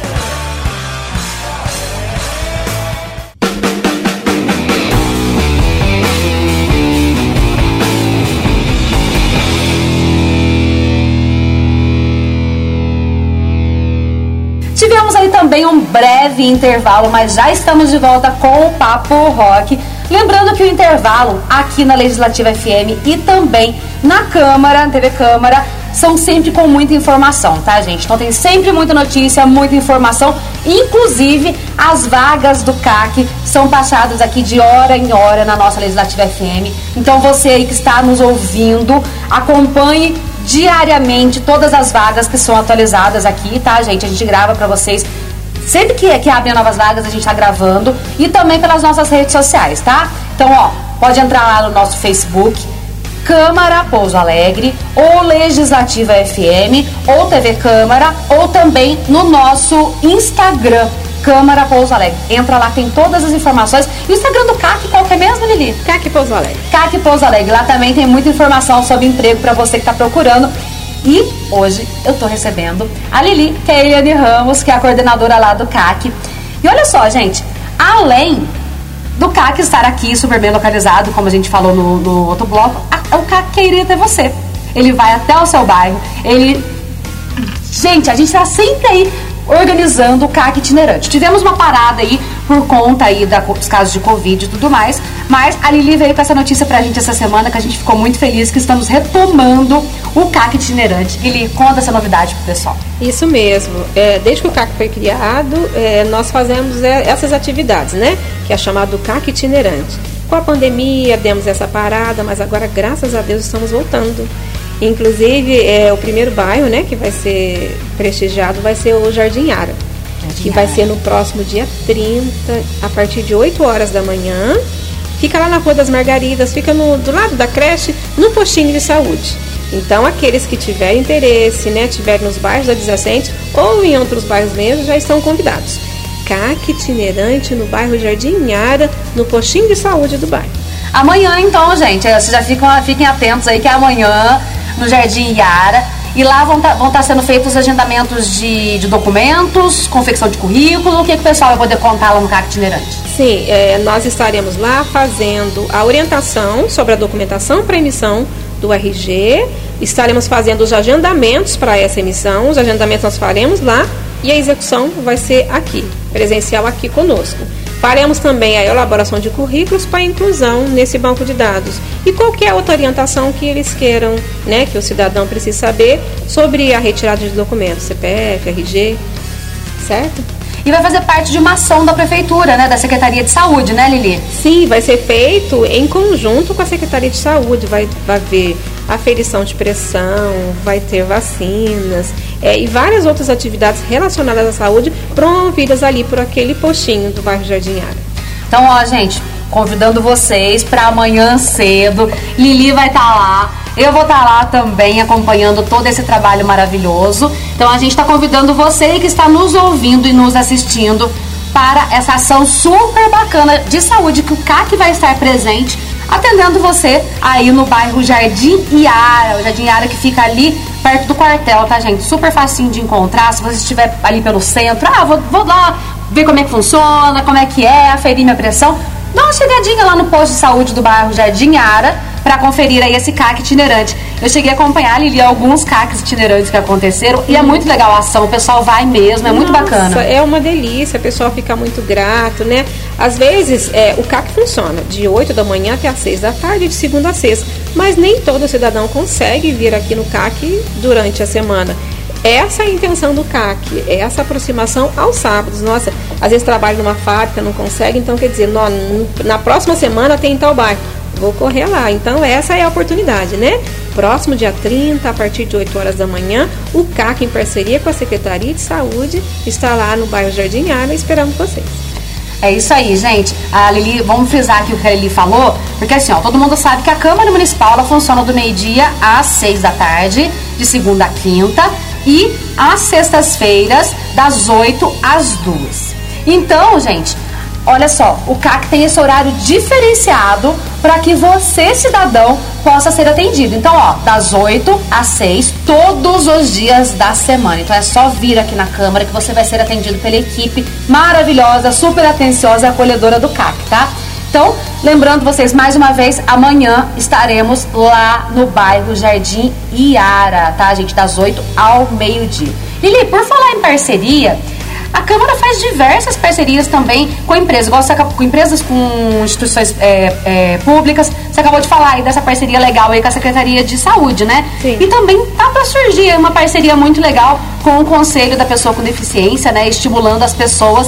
Tivemos aí também um breve intervalo, mas já estamos de volta com o Papo Rock. Lembrando que o intervalo aqui na Legislativa F M e também na Câmara, T V Câmara, são sempre com muita informação, tá, gente? Então tem sempre muita notícia, muita informação. Inclusive, as vagas do C A C são passadas aqui de hora em hora na nossa Legislativa F M. Então você aí que está nos ouvindo, acompanhe diariamente todas as vagas que são atualizadas aqui, tá, gente? A gente grava pra vocês. Sempre que, que abrem novas vagas, a gente tá gravando. E também pelas nossas redes sociais, tá? Então, ó, pode entrar lá no nosso Facebook, Câmara Pouso Alegre, ou Legislativa F M, ou T V Câmara, ou também no nosso Instagram, Câmara Pouso Alegre. Entra lá, tem todas as informações. E o Instagram do C A C, qual que é mesmo, Lili? C A C Pouso Alegre. C A C Pouso Alegre. Lá também tem muita informação sobre emprego para você que está procurando. E hoje eu tô recebendo a Lili Keiliane Ramos, que é a coordenadora lá do C A C. E olha só, gente, além do C A C estar aqui super bem localizado, como a gente falou no, no outro bloco, a, o C A C queria ter você. Ele vai até o seu bairro, ele gente, a gente está sempre aí organizando o C A C itinerante. Tivemos uma parada aí por conta aí da, dos casos de Covid e tudo mais, mas a Lili veio com essa notícia pra gente essa semana, que a gente ficou muito feliz que estamos retomando o C A C itinerante. Lili, conta essa novidade pro pessoal. Isso mesmo. É, desde que o C A C foi criado, é, nós fazemos é, essas atividades, né? Que é chamado C A C itinerante. Com a pandemia, demos essa parada, mas agora, graças a Deus, estamos voltando. Inclusive, é, o primeiro bairro, né, que vai ser prestigiado vai ser o Jardim Ara, Jardim que Ara. vai ser no próximo dia trinta, a partir de oito horas da manhã. Fica lá na Rua das Margaridas, fica no, do lado da creche, no postinho de saúde. Então, aqueles que tiverem interesse, né, tiverem nos bairros adjacentes ou em outros bairros mesmo, já estão convidados. C A C itinerante no bairro Jardim Ara, no postinho de saúde do bairro. Amanhã, então, gente, vocês já ficam, fiquem atentos aí que é amanhã no Jardim Iara, e lá vão estar tá, tá sendo feitos os agendamentos de, de documentos, confecção de currículo. O que, que o pessoal vai poder contar lá no C A C itinerante? Sim, é, nós estaremos lá fazendo a orientação sobre a documentação para emissão do R G, estaremos fazendo os agendamentos para essa emissão, os agendamentos nós faremos lá e a execução vai ser aqui, presencial aqui conosco. Faremos também a elaboração de currículos para inclusão nesse banco de dados e qualquer outra orientação que eles queiram, né, que o cidadão precise saber sobre a retirada de documentos, C P F, R G, certo? E vai fazer parte de uma ação da Prefeitura, né, da Secretaria de Saúde, né, Lili? Sim, vai ser feito em conjunto com a Secretaria de Saúde, vai, vai haver aferição de pressão, vai ter vacinas é, e várias outras atividades relacionadas à saúde promovidas ali por aquele postinho do bairro Jardim Ara. Então, ó, gente, convidando vocês para amanhã cedo, Lili vai estar tá lá, eu vou estar tá lá também acompanhando todo esse trabalho maravilhoso. Então, a gente está convidando você que está nos ouvindo e nos assistindo para essa ação super bacana de saúde que o C A C vai estar presente atendendo você aí no bairro Jardim Iara, o Jardim Iara que fica ali perto do quartel, tá, gente? Super facinho de encontrar, se você estiver ali pelo centro, ah, vou, vou lá ver como é que funciona, como é que é, aferir minha pressão, dá uma chegadinha lá no posto de saúde do bairro Jardim Iara para conferir aí esse C A C itinerante. Eu cheguei a acompanhar, Lili, alguns C A Cs itinerantes que aconteceram e é muito legal a ação, o pessoal vai mesmo, é muito Nossa, bacana. É uma delícia, o pessoal fica muito grato, né? Às vezes, é, o C A C funciona de oito da manhã até as seis da tarde, de segunda a sexta, mas nem todo cidadão consegue vir aqui no C A C durante a semana. Essa é a intenção do C A C, é essa aproximação aos sábados. Nossa, às vezes trabalha numa fábrica, não consegue, então quer dizer, no, na próxima semana tem tal bairro, vou correr lá. Então essa é a oportunidade, né? Próximo dia trinta, a partir de oito horas da manhã, o C A C, em parceria com a Secretaria de Saúde, está lá no bairro Jardim Ara esperando vocês. É isso aí, gente. A Lili, vamos frisar aqui o que a Lili falou, porque assim, ó, todo mundo sabe que a Câmara Municipal ela funciona do meio-dia às seis da tarde, de segunda a quinta, e às sextas-feiras, das oito às duas. Então, gente, olha só, o C A C tem esse horário diferenciado para que você, cidadão, possa ser atendido. Então, ó, das oito às seis, todos os dias da semana. Então é só vir aqui na Câmara que você vai ser atendido pela equipe maravilhosa, super atenciosa e acolhedora do C A C, tá? Então, lembrando vocês, mais uma vez, amanhã estaremos lá no bairro Jardim Iara, tá, gente? Das oito ao meio-dia. Lili, por falar em parceria, a Câmara faz diversas parcerias também com empresas, igual você, com empresas, com instituições é, é, públicas. Você acabou de falar aí dessa parceria legal aí com a Secretaria de Saúde, né? Sim. E também tá para surgir uma parceria muito legal com o Conselho da Pessoa com Deficiência, né? Estimulando as pessoas,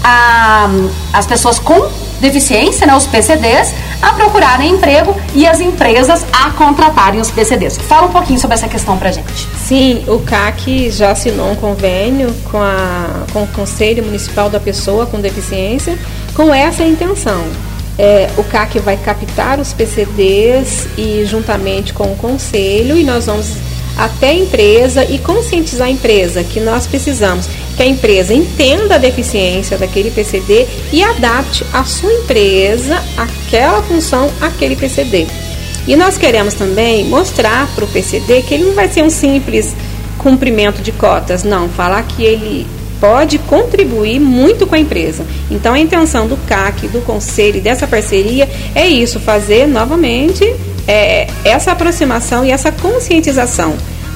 a, as pessoas com deficiência, né, os P C Ds, a procurarem emprego e as empresas a contratarem os P C Ds. Fala um pouquinho sobre essa questão pra gente. Sim, o C A C já assinou um convênio com, a, com o Conselho Municipal da Pessoa com Deficiência com essa intenção. É, o C A C vai captar os P C Ds e juntamente com o Conselho, e nós vamos até a empresa e conscientizar a empresa que nós precisamos que a empresa entenda a deficiência daquele P C D e adapte a sua empresa aquela função, aquele P C D. E nós queremos também mostrar para o P C D que ele não vai ser um simples cumprimento de cotas, não, falar que ele pode contribuir muito com a empresa. Então a intenção do C A C, do Conselho e dessa parceria é isso, fazer novamente é, essa aproximação e essa conscientização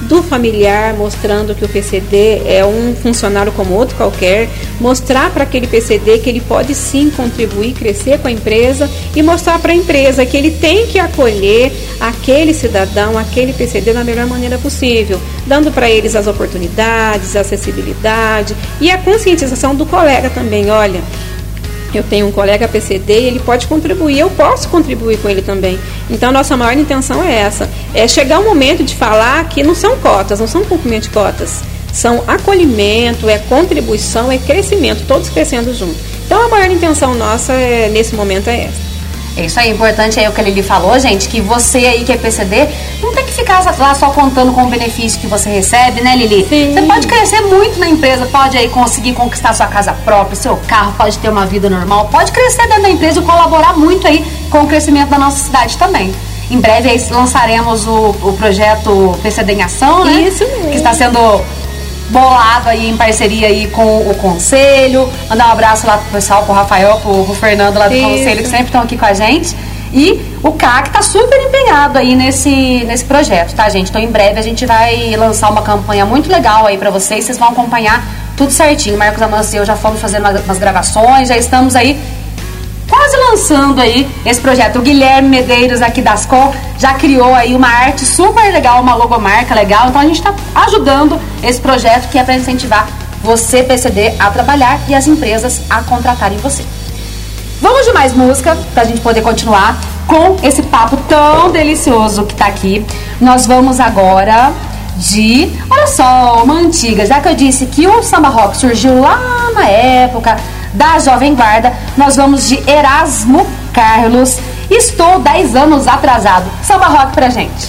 do familiar, mostrando que o P C D é um funcionário como outro qualquer, mostrar para aquele P C D que ele pode sim contribuir, crescer com a empresa e mostrar para a empresa que ele tem que acolher aquele cidadão, aquele P C D da melhor maneira possível, dando para eles as oportunidades, a acessibilidade e a conscientização do colega também. Olha, eu tenho um colega P C D e ele pode contribuir, eu posso contribuir com ele também. Então, nossa maior intenção é essa, é chegar o momento de falar que não são cotas, não são cumprimento de cotas, são acolhimento, é contribuição, é crescimento, todos crescendo juntos. Então, a maior intenção nossa é, nesse momento é essa. É isso aí, importante é o que a Lili falou, gente, que você aí que é P C D, não tem que ficar lá só contando com o benefício que você recebe, né, Lili? Sim. Você pode crescer muito na empresa, pode aí conseguir conquistar sua casa própria, seu carro, pode ter uma vida normal, pode crescer dentro da empresa e colaborar muito aí com o crescimento da nossa cidade também. Em breve aí lançaremos o, o projeto P C D em Ação, né? Isso mesmo. Que está sendo bolado aí em parceria aí com o Conselho. Mandar um abraço lá pro pessoal, pro Rafael, pro, pro Fernando lá do Isso. Conselho, que sempre estão aqui com a gente. E o C A C tá super empenhado aí nesse, nesse projeto, tá, gente? Então, em breve a gente vai lançar uma campanha muito legal aí pra vocês. Vocês vão acompanhar tudo certinho. Marcos Amâncio e eu já fomos fazendo umas, umas gravações, já estamos aí quase lançando aí esse projeto. O Guilherme Medeiros aqui da Ascom já criou aí uma arte super legal, uma logomarca legal. Então a gente está ajudando esse projeto que é para incentivar você, P C D, a trabalhar e as empresas a contratarem você. Vamos de mais música para a gente poder continuar com esse papo tão delicioso que está aqui. Nós vamos agora de, olha só, uma antiga. Já que eu disse que o samba rock surgiu lá na época da Jovem Guarda, nós vamos de Erasmo Carlos, Estou dez anos atrasado. Samba rock pra gente.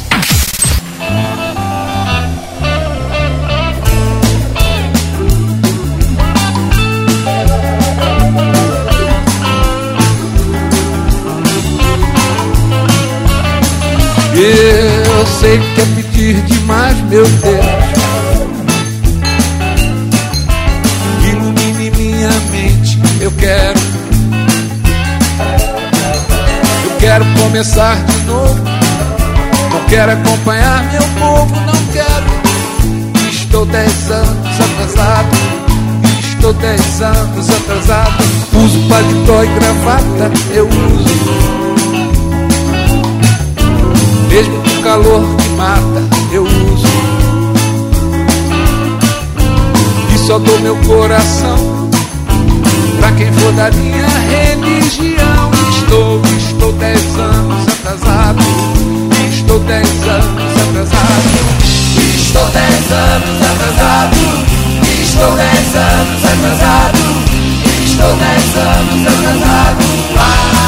Eu sei que é pedir demais, meu Deus. Ilumine minha mente, eu quero. Eu quero começar de novo. Não quero acompanhar meu povo, não quero. Estou dez anos atrasado. Estou dez anos atrasado. Uso paletó e gravata, eu uso. Mesmo com o calor que mata, eu uso. E só dou meu coração pra quem for da minha religião. Estou, estou dez anos atrasado. Estou dez anos atrasado. Estou dez anos atrasado. Estou dez anos atrasado. Estou dez anos atrasado. Ah!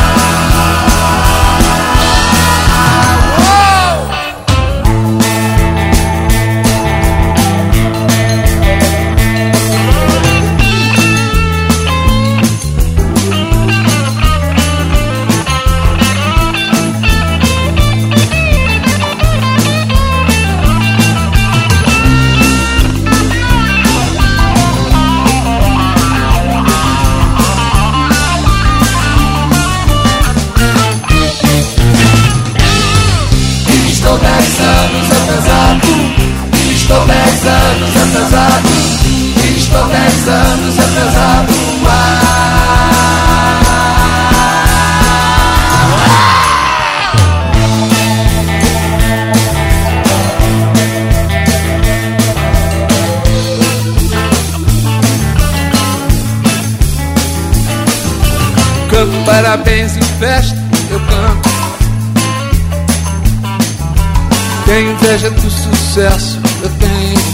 Estou dez anos atrasado. Estou dez anos atrasado. Canto parabéns em festa, eu canto. Tenho inveja do sucesso, eu tenho.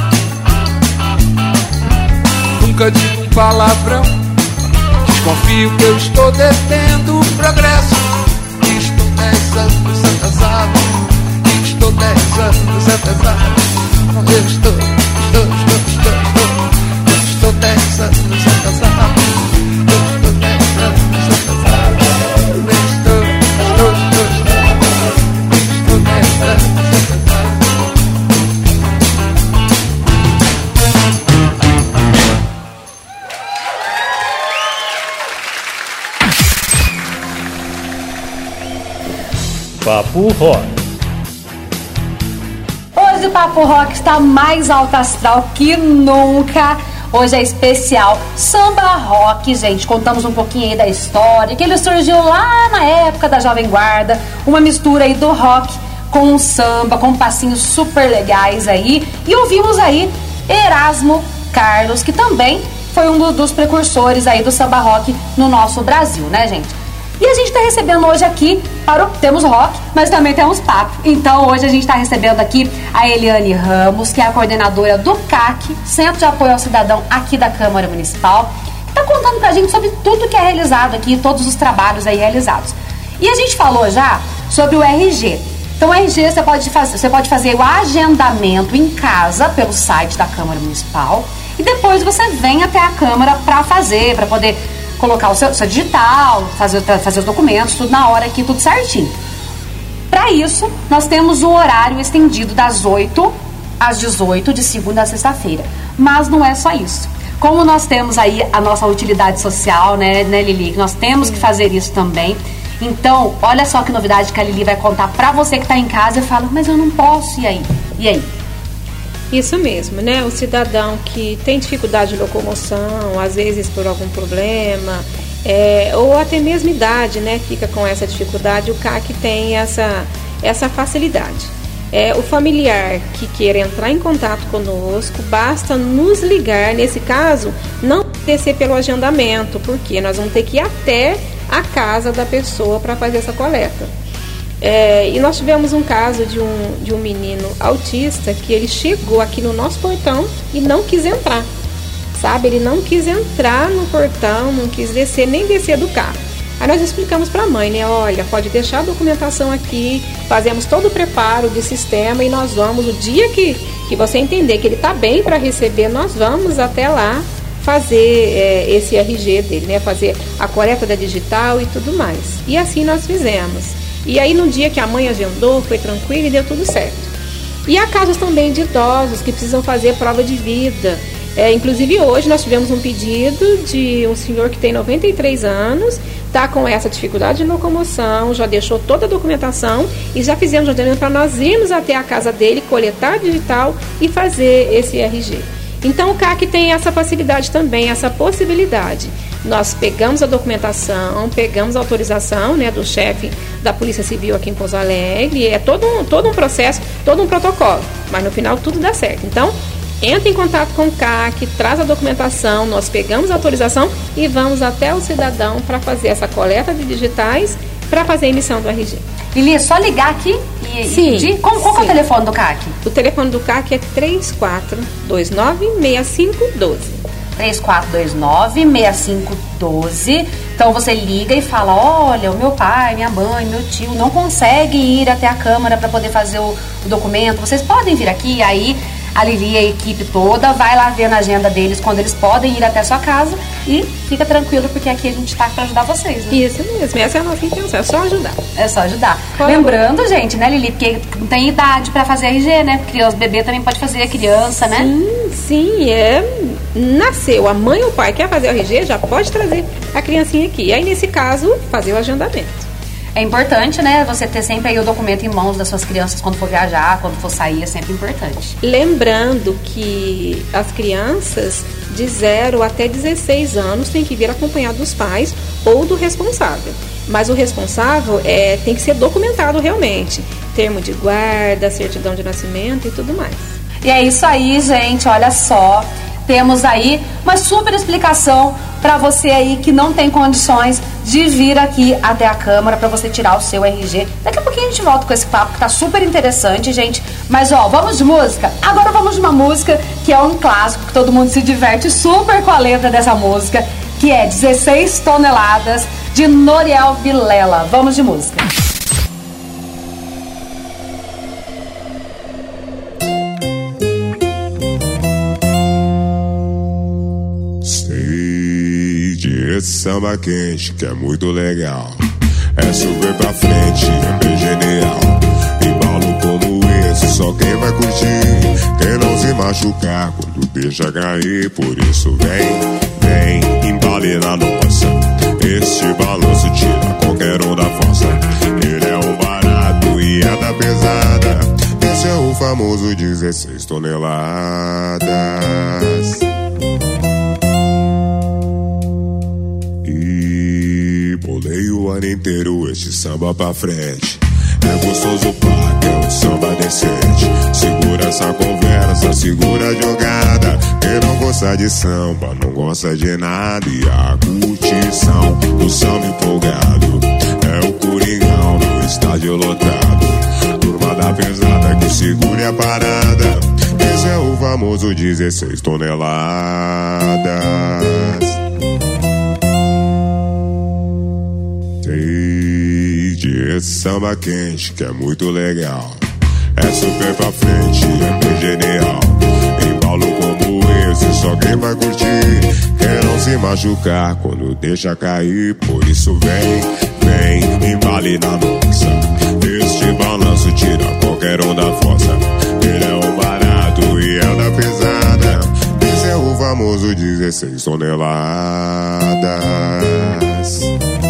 Nunca digo um palavrão. Desconfio que eu estou detendo o progresso. Estou dez anos atrasado. Estou dez anos atrasado. Eu estou, estou, estou, estou, estou. Estou dez anos atrasado. Eu estou dez anos atrasado. Eu estou, estou, estou, estou. Estou dez anos atrasado. Papo Rock. Hoje o Papo Rock está mais alto astral que nunca. Hoje é especial Samba Rock, gente. Contamos um pouquinho aí da história, que ele surgiu lá na época da Jovem Guarda. Uma mistura aí do rock com o samba, com passinhos super legais aí. E ouvimos aí Erasmo Carlos, que também foi um dos precursores aí do samba rock no nosso Brasil, né, gente? E a gente está recebendo hoje aqui, para o, temos rock, mas também temos papo. Então hoje a gente está recebendo aqui a Eliane Ramos, que é a coordenadora do C A C, Centro de Apoio ao Cidadão aqui da Câmara Municipal. Está contando pra gente sobre tudo que é realizado aqui, todos os trabalhos aí realizados. E a gente falou já sobre o R G. Então o R G você pode fazer, você pode fazer o agendamento em casa pelo site da Câmara Municipal e depois você vem até a Câmara para fazer, para poder colocar o seu, seu digital, fazer, fazer os documentos, tudo na hora aqui, tudo certinho. Para isso, nós temos um horário estendido das oito às dezoito, de segunda a sexta-feira. Mas não é só isso. Como nós temos aí a nossa utilidade social, né, né Lili? Nós temos que fazer isso também. Então, olha só que novidade que a Lili vai contar para você que está em casa e fala, mas eu não posso, e aí? E aí? Isso mesmo, né? O cidadão que tem dificuldade de locomoção, às vezes por algum problema, é, ou até mesmo idade, né? Fica com essa dificuldade, o C A C tem essa, essa facilidade. É, o familiar que queira entrar em contato conosco, basta nos ligar, nesse caso, não descer pelo agendamento, porque nós vamos ter que ir até a casa da pessoa para fazer essa coleta. É, e nós tivemos um caso de um, de um menino autista que ele chegou aqui no nosso portão e não quis entrar, sabe? Ele não quis entrar no portão, não quis descer, nem descer do carro. Aí nós explicamos para a mãe, né? Olha, pode deixar a documentação aqui, fazemos todo o preparo de sistema e nós vamos, o dia que, que você entender que ele está bem para receber, nós vamos até lá fazer é, esse R G dele, né? Fazer a coleta da digital e tudo mais. E assim nós fizemos. E aí no dia que a mãe agendou, foi tranquilo e deu tudo certo. E há casos também de idosos que precisam fazer prova de vida. É, inclusive hoje nós tivemos um pedido de um senhor que tem noventa e três anos, está com essa dificuldade de locomoção, já deixou toda a documentação e já fizemos o agendamento para nós irmos até a casa dele, coletar a digital e fazer esse R G. Então o C A C tem essa facilidade também, essa possibilidade. Nós pegamos a documentação, pegamos a autorização, né, do chefe da Polícia Civil aqui em Pouso Alegre, é todo um, todo um processo, todo um protocolo, mas no final tudo dá certo. Então, entra em contato com o C A C, traz a documentação, nós pegamos a autorização e vamos até o cidadão para fazer essa coleta de digitais, para fazer a emissão do R G. Lili, é só ligar aqui e, sim, e pedir? Qual, qual é o telefone do C A C? O telefone do C A C é três quatro dois nove, seis cinco um dois. três quatro dois nove, seis cinco um dois. Então você liga e fala, olha, o meu pai, minha mãe, meu tio não conseguem ir até a Câmara para poder fazer o, o documento. Vocês podem vir aqui, aí a Lili e a equipe toda vai lá ver na agenda deles quando eles podem ir até a sua casa e fica tranquilo, porque aqui a gente está para ajudar vocês, né? Isso mesmo, essa é a nossa intenção, é só ajudar. É só ajudar. Qual Lembrando, é? gente, né, Lili, porque não tem idade para fazer R G, né? Porque os bebês também pode fazer, criança, né? Sim, sim, é... Nasceu, a mãe ou o pai quer fazer o R G, já pode trazer a criancinha aqui. E aí, nesse caso, fazer o agendamento. É importante, né, você ter sempre aí o documento em mãos das suas crianças quando for viajar, quando for sair, é sempre importante. Lembrando que as crianças de zero até dezesseis anos têm que vir acompanhado dos pais ou do responsável. Mas o responsável é, tem que ser documentado realmente. Termo de guarda, certidão de nascimento e tudo mais. E é isso aí, gente, olha só. Temos aí uma super explicação para você aí que não tem condições de vir aqui até a Câmara para você tirar o seu R G. Daqui a pouquinho a gente volta com esse papo que tá super interessante, gente. Mas ó, vamos de música? Agora vamos de uma música que é um clássico, que todo mundo se diverte super com a letra dessa música, que é dezesseis toneladas, de Noriel Vilela. Vamos de música. Esse samba quente que é muito legal, é super pra frente, é bem genial. Embalo como esse, só quem vai curtir, quem não se machucar quando deixa cair. Por isso vem, vem, embale na nossa. Este balanço tira qualquer um da força. Ele é um barato e anda pesada, Esse é o famoso dezesseis toneladas. E bolei o ano inteiro este samba pra frente. É gostoso pá, é um samba decente. Segura essa conversa, segura a jogada. Quem não gosta de samba, não gosta de nada. E a curtição do samba empolgado é o Coringão no estádio lotado. Turma da pesada que segure a parada. Esse é o famoso dezesseis toneladas. Esse samba quente que é muito legal. É super pra frente, é bem genial. Embalo como esse, só quem vai curtir. Quer não se machucar quando deixa cair. Por isso vem, vem, embale na nossa. Este balanço tira qualquer um da fossa. Ele é o barato e é da pesada. Esse é o famoso dezesseis toneladas.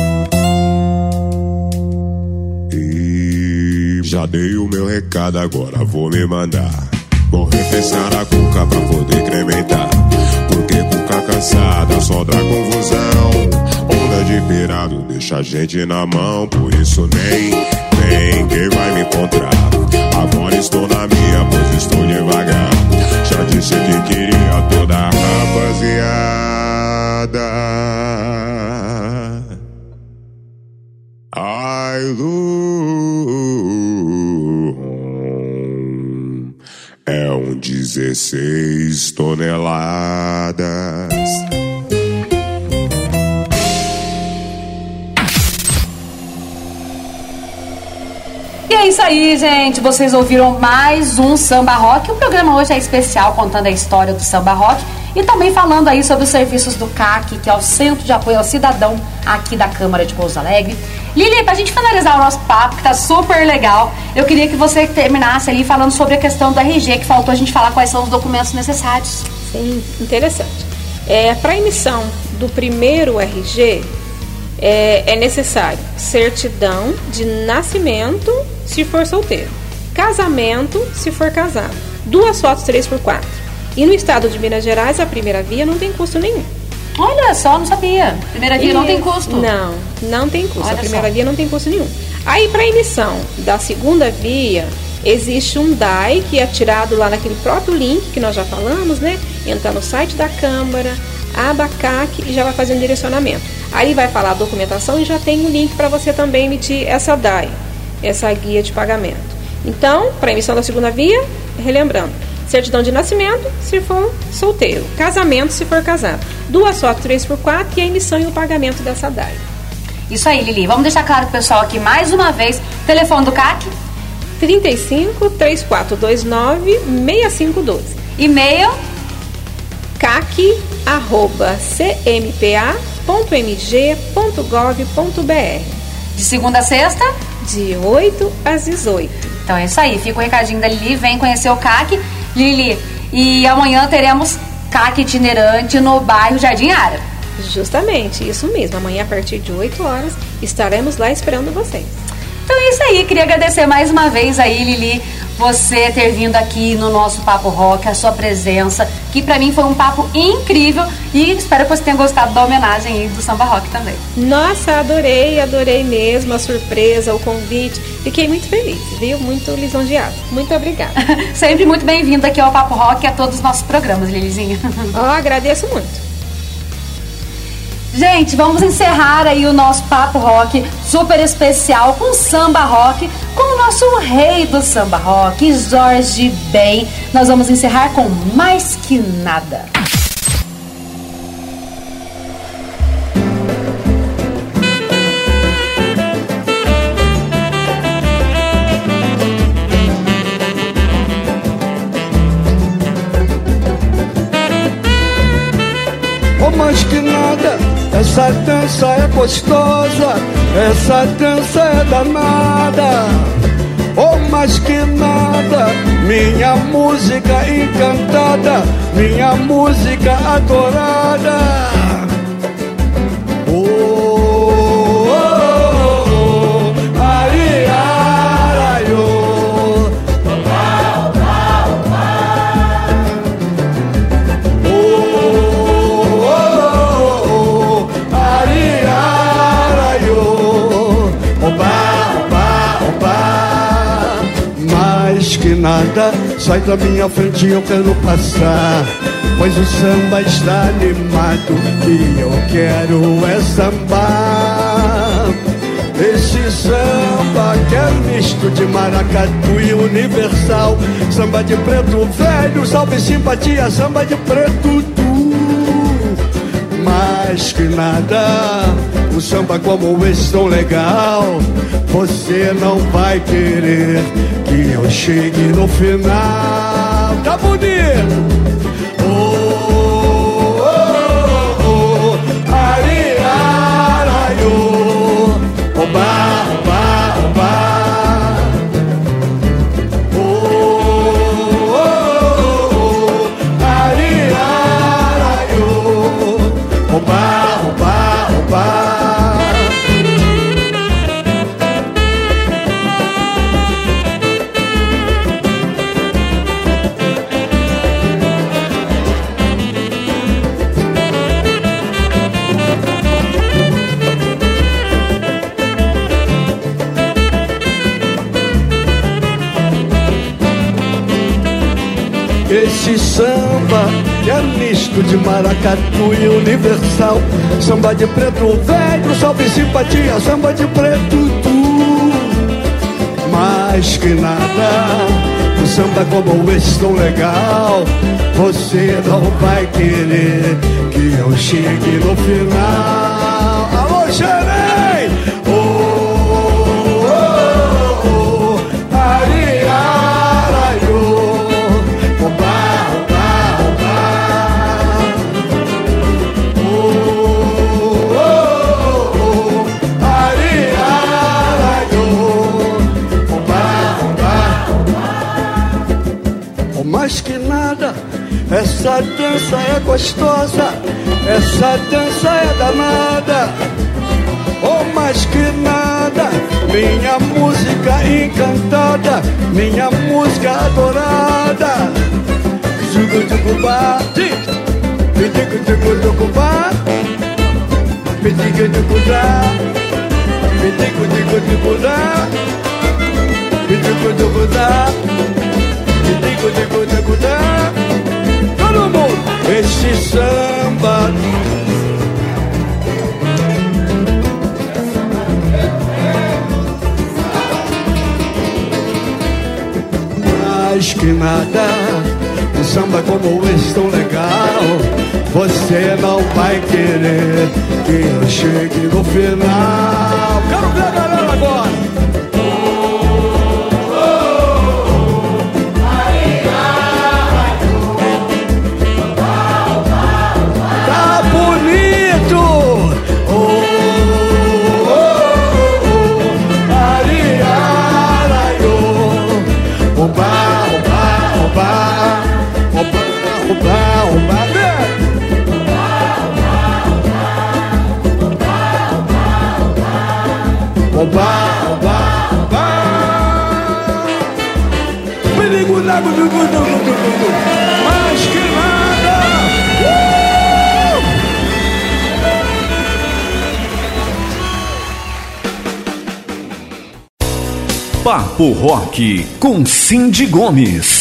Já dei o meu recado, agora vou me mandar. Vou repensar a cuca pra poder incrementar. Porque cuca cansada só dá confusão. Onda de pirado deixa a gente na mão. Por isso nem, nem quem vai me encontrar. Agora estou na minha, pois estou devagar. Já disse que queria toda a rapaziada. I love. É um dezesseis toneladas. E é isso aí, gente. Vocês ouviram mais um Samba Rock. O programa hoje é especial, contando a história do Samba Rock e também falando aí sobre os serviços do C A C, que é o Centro de Apoio ao Cidadão aqui da Câmara de Pouso Alegre. Lili, pra gente finalizar o nosso papo, que tá super legal, eu queria que você terminasse ali falando sobre a questão do R G, que faltou a gente falar quais são os documentos necessários. Sim, interessante. É, para emissão do primeiro R G, é, é necessário certidão de nascimento, se for solteiro, casamento, se for casado, duas fotos três por quatro. E no estado de Minas Gerais, a primeira via não tem custo nenhum. Olha só, não sabia. Primeira via e não tem custo. Não, não tem custo. Olha a primeira só. via não tem custo nenhum. Aí, para emissão da segunda via, existe um D A I que é tirado lá naquele próprio link que nós já falamos, né? Entra no site da Câmara, aba C A C e já vai fazer um direcionamento. Aí vai falar a documentação e já tem um link para você também emitir essa D A I, essa guia de pagamento. Então, para emissão da segunda via, relembrando, certidão de nascimento, se for solteiro. Casamento, se for casado. Duas fotos três por quatro e a emissão e o pagamento dessa D A I. Isso aí, Lili. Vamos deixar claro pro pessoal aqui mais uma vez. Telefone do C A C? trinta e cinco, três quatro dois nove, seis cinco um dois. E-mail? cac arroba c m p a ponto m g ponto gov ponto b r. De segunda a sexta? De oito às dezoito. Então é isso aí. Fica o recadinho da Lili. Vem conhecer o C A C. Lili, e amanhã teremos C A C itinerante no bairro Jardim Árabe. Justamente, isso mesmo. Amanhã, a partir de oito horas, estaremos lá esperando vocês. Então é isso aí. Queria agradecer mais uma vez aí, Lili, você ter vindo aqui no nosso Papo Rock, a sua presença, que pra mim foi um papo incrível e espero que você tenha gostado da homenagem aí do Samba Rock também. Nossa, adorei, adorei mesmo a surpresa, o convite. Fiquei muito feliz, viu? Muito lisonjeada. Muito obrigada. Sempre muito bem-vindo aqui ao Papo Rock e a todos os nossos programas, Lilizinha. Ó, oh, agradeço muito. Gente, vamos encerrar aí o nosso Papo Rock super especial com Samba Rock, com o nosso rei do Samba Rock, Jorge Ben. Nós vamos encerrar com Mais Que Nada. Oh, mais que nada, essa dança é gostosa, essa dança é danada. Oh, mais que nada, minha música encantada, minha música adorada. Oh, oh, oh, oh, ai, ai, oh, oh, nada, sai da minha frente, eu quero passar. Pois o samba está animado e eu quero é sambar. Esse samba que é misto de maracatu e universal. Samba de preto velho, salve simpatia, samba de preto tu. Mais que nada, um samba como esse tão legal, você não vai querer que eu chegue no final. Tá bonito! Oh, oh, oh, ari, araiô, oba, oba, oba. Oh, oh, oh, ari, araiô, oba, oba, oba. Esse samba que é misto de maracatu e universal. Samba de preto velho, salve simpatia, samba de preto tu. Mais que nada, um samba como esse tão legal, você não vai querer que eu chegue no final. Alô, Xerém! Oh, oh, oh, oh, ari, araiô. Mais que nada, essa dança é gostosa, essa dança é danada. Oh, mais que nada, minha música encantada, minha música adorada. Jugu-jugu-ba, pidigu-jugu-jugu-ba, pidigu-jugu-da, pidigu-jugu-jugu-da, pidigu-jugu-da. Digo, digo, digo, da. Todo mundo, esse samba. Mais que nada, um samba como esse tão legal, você não vai querer que eu chegue no final. Quero ver a galera agora. Oba, oba, oba. Perigo, lago, du, du, du, du, du, du. Mais que nada. Uh! Papo Rock com Cindy Gomes.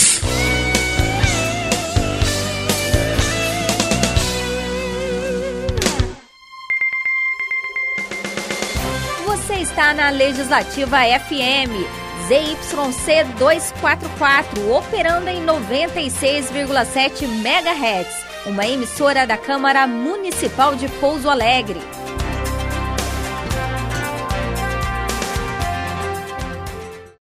Está na Legislativa F M, Z Y C duzentos e quarenta e quatro, operando em noventa e seis vírgula sete megahertz, uma emissora da Câmara Municipal de Pouso Alegre.